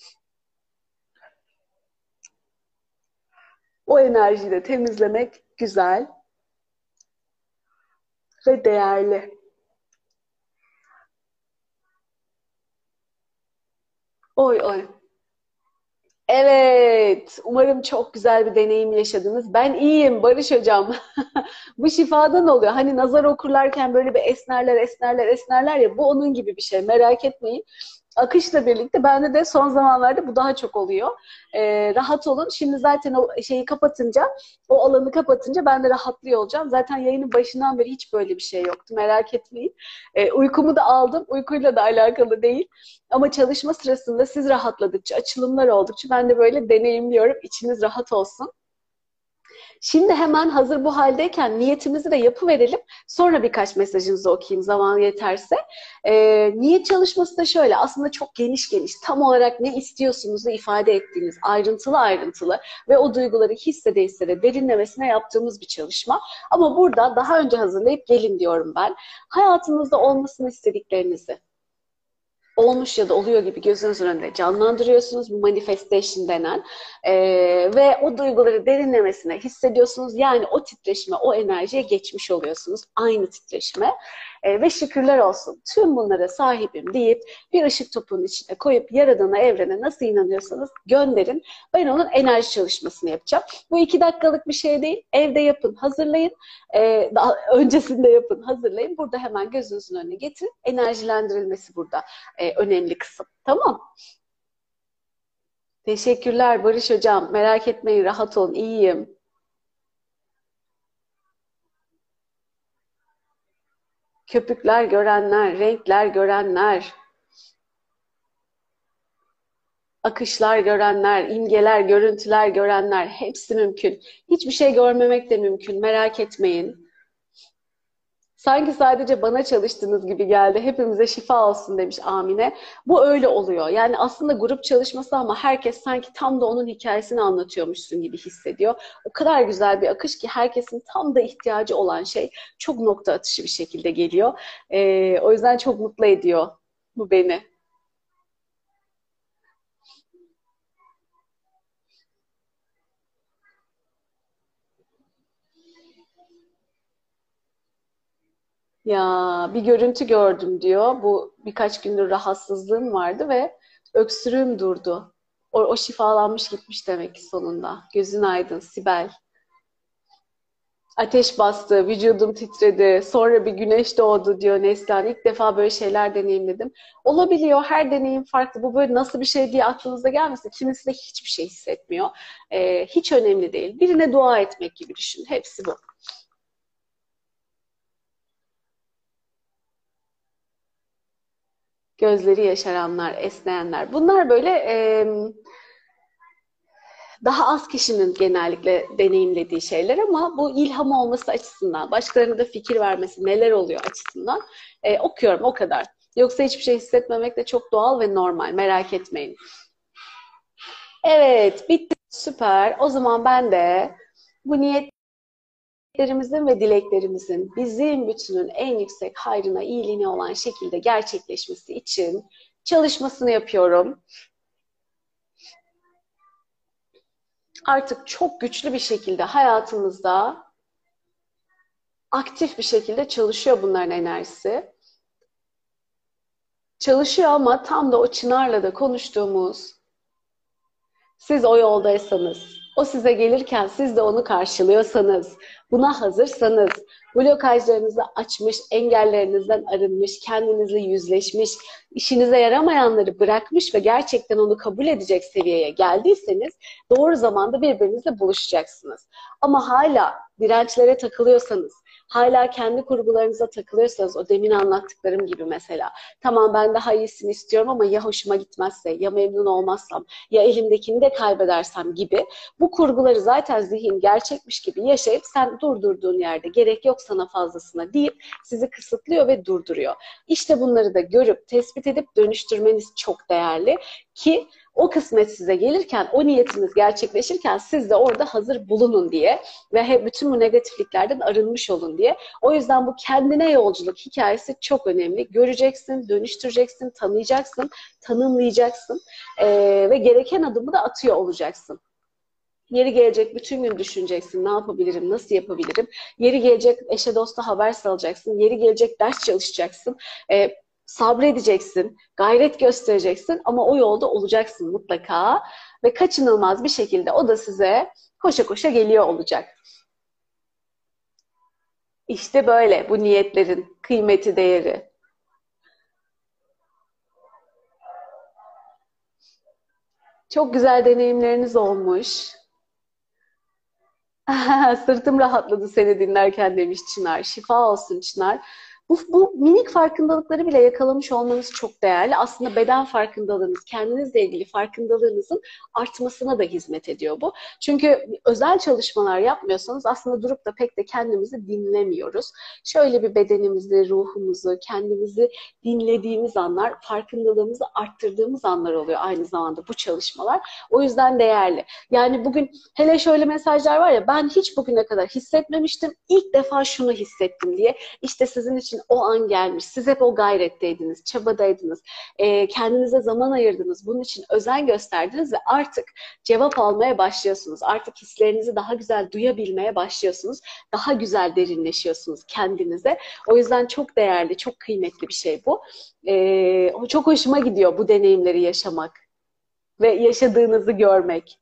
O enerjiyi de temizlemek güzel ve değerli. Oy oy. Evet, umarım çok güzel bir deneyim yaşadınız. Ben iyiyim Barış Hocam. Bu şifadan oluyor. Hani nazar okurlarken böyle bir esnerler, esnerler, esnerler ya. Bu onun gibi bir şey. Merak etmeyin. Akışla birlikte bende de son zamanlarda bu daha çok oluyor. Ee, rahat olun. Şimdi zaten o şeyi kapatınca, o alanı kapatınca ben de rahatlıyor olacağım. Zaten yayının başından beri hiç böyle bir şey yoktu. Merak etmeyin. Ee, uykumu da aldım. Uykuyla da alakalı değil. Ama çalışma sırasında siz rahatladıkça, açılımlar oldukça ben de böyle deneyimliyorum. İçiniz rahat olsun. Şimdi hemen hazır bu haldeyken niyetimizi de yapıverelim. Sonra birkaç mesajınızı okuyayım zaman yeterse. Ee, niyet çalışması da şöyle. Aslında çok geniş geniş. Tam olarak ne istiyorsunuzu ifade ettiğiniz ayrıntılı ayrıntılı ve o duyguları hissede hissede derinlemesine yaptığımız bir çalışma. Ama burada daha önce hazırlayıp gelin diyorum ben. Hayatınızda olmasını istediklerinizi, olmuş ya da oluyor gibi gözünüzün önünde canlandırıyorsunuz. Bu manifestation denen. Ee, ve o duyguları derinlemesine hissediyorsunuz. Yani o titreşime, o enerjiye geçmiş oluyorsunuz. Aynı titreşime. E, ve şükürler olsun tüm bunlara sahibim deyip bir ışık topunun içine koyup Yaradan'a, evrene nasıl inanıyorsanız gönderin. Ben onun enerji çalışmasını yapacağım. Bu iki dakikalık bir şey değil. Evde yapın, hazırlayın. E, daha öncesinde yapın, hazırlayın. Burada hemen gözünüzün önüne getirin. Enerjilendirilmesi burada e, önemli kısım. Tamam. Teşekkürler Barış Hocam. Merak etmeyin, rahat olun. İyiyim. Köpükler görenler, renkler görenler, akışlar görenler, imgeler, görüntüler görenler hepsi mümkün. Hiçbir şey görmemek de mümkün. Merak etmeyin. Sanki sadece bana çalıştığınız gibi geldi. Hepimize şifa olsun demiş Amine. Bu öyle oluyor. Yani aslında grup çalışması ama herkes sanki tam da onun hikayesini anlatıyormuşsun gibi hissediyor. O kadar güzel bir akış ki herkesin tam da ihtiyacı olan şey çok nokta atışı bir şekilde geliyor. Ee, o yüzden çok mutlu ediyor bu beni. Ya bir görüntü gördüm diyor. Bu birkaç gündür rahatsızlığım vardı ve öksürüğüm durdu. O, o şifalanmış gitmiş demek ki sonunda. Gözün aydın Sibel. Ateş bastı, vücudum titredi. Sonra bir güneş doğdu diyor Neslihan. İlk defa böyle şeyler deneyimledim. Olabiliyor, her deneyim farklı. Bu böyle nasıl bir şey diye aklınıza gelmesin. Kimisi de hiçbir şey hissetmiyor. Ee, hiç önemli değil. Birine dua etmek gibi düşün. Hepsi bu. Gözleri yaşaranlar, esneyenler. Bunlar böyle e, daha az kişinin genellikle deneyimlediği şeyler ama bu ilham olması açısından, başkalarına da fikir vermesi, neler oluyor açısından e, okuyorum o kadar. Yoksa hiçbir şey hissetmemek de çok doğal ve normal. Merak etmeyin. Evet, bitti. Süper. O zaman ben de bu niyetlerimizin ve dileklerimizin bizim bütünün en yüksek hayrına, iyiliğine olan şekilde gerçekleşmesi için çalışmasını yapıyorum. Artık çok güçlü bir şekilde hayatımızda aktif bir şekilde çalışıyor bunların enerjisi. Çalışıyor ama tam da o Çınar'la da konuştuğumuz, siz o yoldaysanız, o size gelirken siz de onu karşılıyorsanız, buna hazırsanız, blokajlarınızı açmış, engellerinizden arınmış, kendinizle yüzleşmiş, işinize yaramayanları bırakmış ve gerçekten onu kabul edecek seviyeye geldiyseniz doğru zamanda birbirinizle buluşacaksınız. Ama hala dirençlere takılıyorsanız, hala kendi kurgularınıza takılıyorsanız, o demin anlattıklarım gibi mesela, tamam ben daha iyisini istiyorum ama ya hoşuma gitmezse, ya memnun olmazsam, ya elimdekini de kaybedersem gibi bu kurguları zaten zihin gerçekmiş gibi yaşayıp sen durdurduğun yerde gerek yok sana fazlasına deyip sizi kısıtlıyor ve durduruyor. İşte bunları da görüp, tespit edip dönüştürmeniz çok değerli ki o kısmet size gelirken, o niyetiniz gerçekleşirken siz de orada hazır bulunun diye ve hep bütün bu negatifliklerden arınmış olun diye. O yüzden bu kendine yolculuk hikayesi çok önemli. Göreceksin, dönüştüreceksin, tanıyacaksın, tanımlayacaksın ee, ve gereken adımı da atıyor olacaksın. Yeri gelecek bütün gün düşüneceksin. Ne yapabilirim, nasıl yapabilirim? Yeri gelecek eşe dosta haber salacaksın. Yeri gelecek ders çalışacaksın. Ee, sabredeceksin, gayret göstereceksin ama o yolda olacaksın mutlaka. Ve kaçınılmaz bir şekilde o da size koşa koşa geliyor olacak. İşte böyle bu niyetlerin kıymeti, değeri. Çok güzel deneyimleriniz olmuş. Sırtım rahatladı seni dinlerken demiş Çınar. Şifa olsun Çınar. Bu, bu minik farkındalıkları bile yakalamış olmanız çok değerli. Aslında beden farkındalığınız, kendinizle ilgili farkındalığınızın artmasına da hizmet ediyor bu. Çünkü özel çalışmalar yapmıyorsanız aslında durup da pek de kendimizi dinlemiyoruz. Şöyle bir bedenimizi, ruhumuzu, kendimizi dinlediğimiz anlar, farkındalığımızı arttırdığımız anlar oluyor aynı zamanda bu çalışmalar. O yüzden değerli. Yani bugün hele şöyle mesajlar var ya, ben hiç bugüne kadar hissetmemiştim, ilk defa şunu hissettim diye. İşte sizin için o an gelmiş. Siz hep o gayretteydiniz, çabadaydınız. E, kendinize zaman ayırdınız. Bunun için özen gösterdiniz ve artık cevap almaya başlıyorsunuz. Artık hislerinizi daha güzel duyabilmeye başlıyorsunuz. Daha güzel derinleşiyorsunuz kendinize. O yüzden çok değerli, çok kıymetli bir şey bu. E, çok hoşuma gidiyor bu deneyimleri yaşamak ve yaşadığınızı görmek.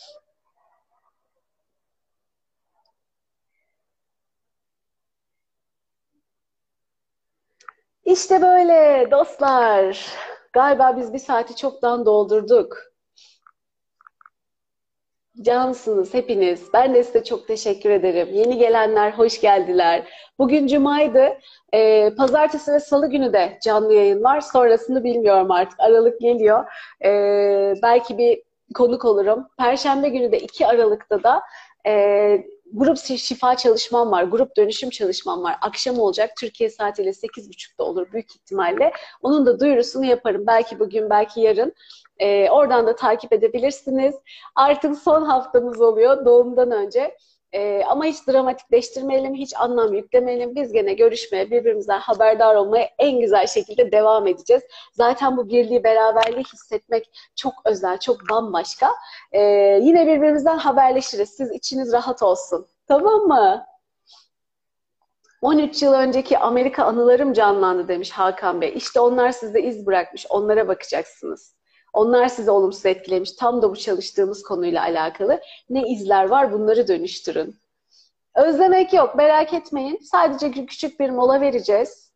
İşte böyle dostlar. Galiba biz bir saati çoktan doldurduk. Cansınız hepiniz. Ben de size çok teşekkür ederim. Yeni gelenler hoş geldiler. Bugün Cuma'ydı. Ee, Pazartesi ve Salı günü de canlı yayın var. Sonrasını bilmiyorum artık. Aralık geliyor. Ee, belki bir konuk olurum. Perşembe günü de iki Aralık'ta da e, grup şifa çalışmam var. Grup dönüşüm çalışmam var. Akşam olacak. Türkiye saatiyle sekiz buçukta olur büyük ihtimalle. Onun da duyurusunu yaparım. Belki bugün, belki yarın. Ee, oradan da takip edebilirsiniz. Artık son haftamız oluyor doğumdan önce. Ee, ama hiç dramatikleştirmeyelim, hiç anlam yüklemeyelim. Biz gene görüşmeye, birbirimizden haberdar olmaya en güzel şekilde devam edeceğiz. Zaten bu birliği, beraberliği hissetmek çok özel, çok bambaşka. Ee, yine birbirimizden haberleşiriz. Siz içiniz rahat olsun. Tamam mı? on üç yıl önceki Amerika anılarım canlandı demiş Hakan Bey. İşte onlar size iz bırakmış. Onlara bakacaksınız. Onlar sizi olumsuz etkilemiş. Tam da bu çalıştığımız konuyla alakalı. Ne izler var bunları dönüştürün. Özlemek yok, merak etmeyin. Sadece küçük bir mola vereceğiz.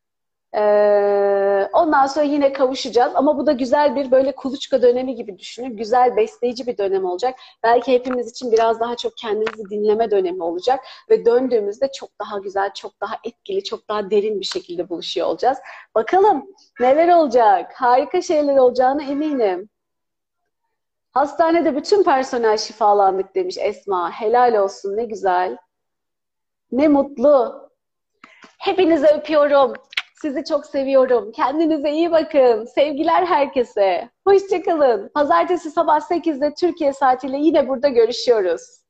Ee, ondan sonra yine kavuşacağız. Ama bu da güzel bir böyle kuluçka dönemi gibi düşünün. Güzel, besleyici bir dönem olacak. Belki hepimiz için biraz daha çok kendimizi dinleme dönemi olacak. Ve döndüğümüzde çok daha güzel, çok daha etkili, çok daha derin bir şekilde buluşuyor olacağız. Bakalım neler olacak? Harika şeyler olacağına eminim. Hastanede bütün personel şifalandık demiş Esma. Helal olsun, ne güzel. Ne mutlu. Hepinizi öpüyorum. Sizi çok seviyorum. Kendinize iyi bakın. Sevgiler herkese. Hoşça kalın. Pazartesi sabah sekizde Türkiye saatiyle yine burada görüşüyoruz.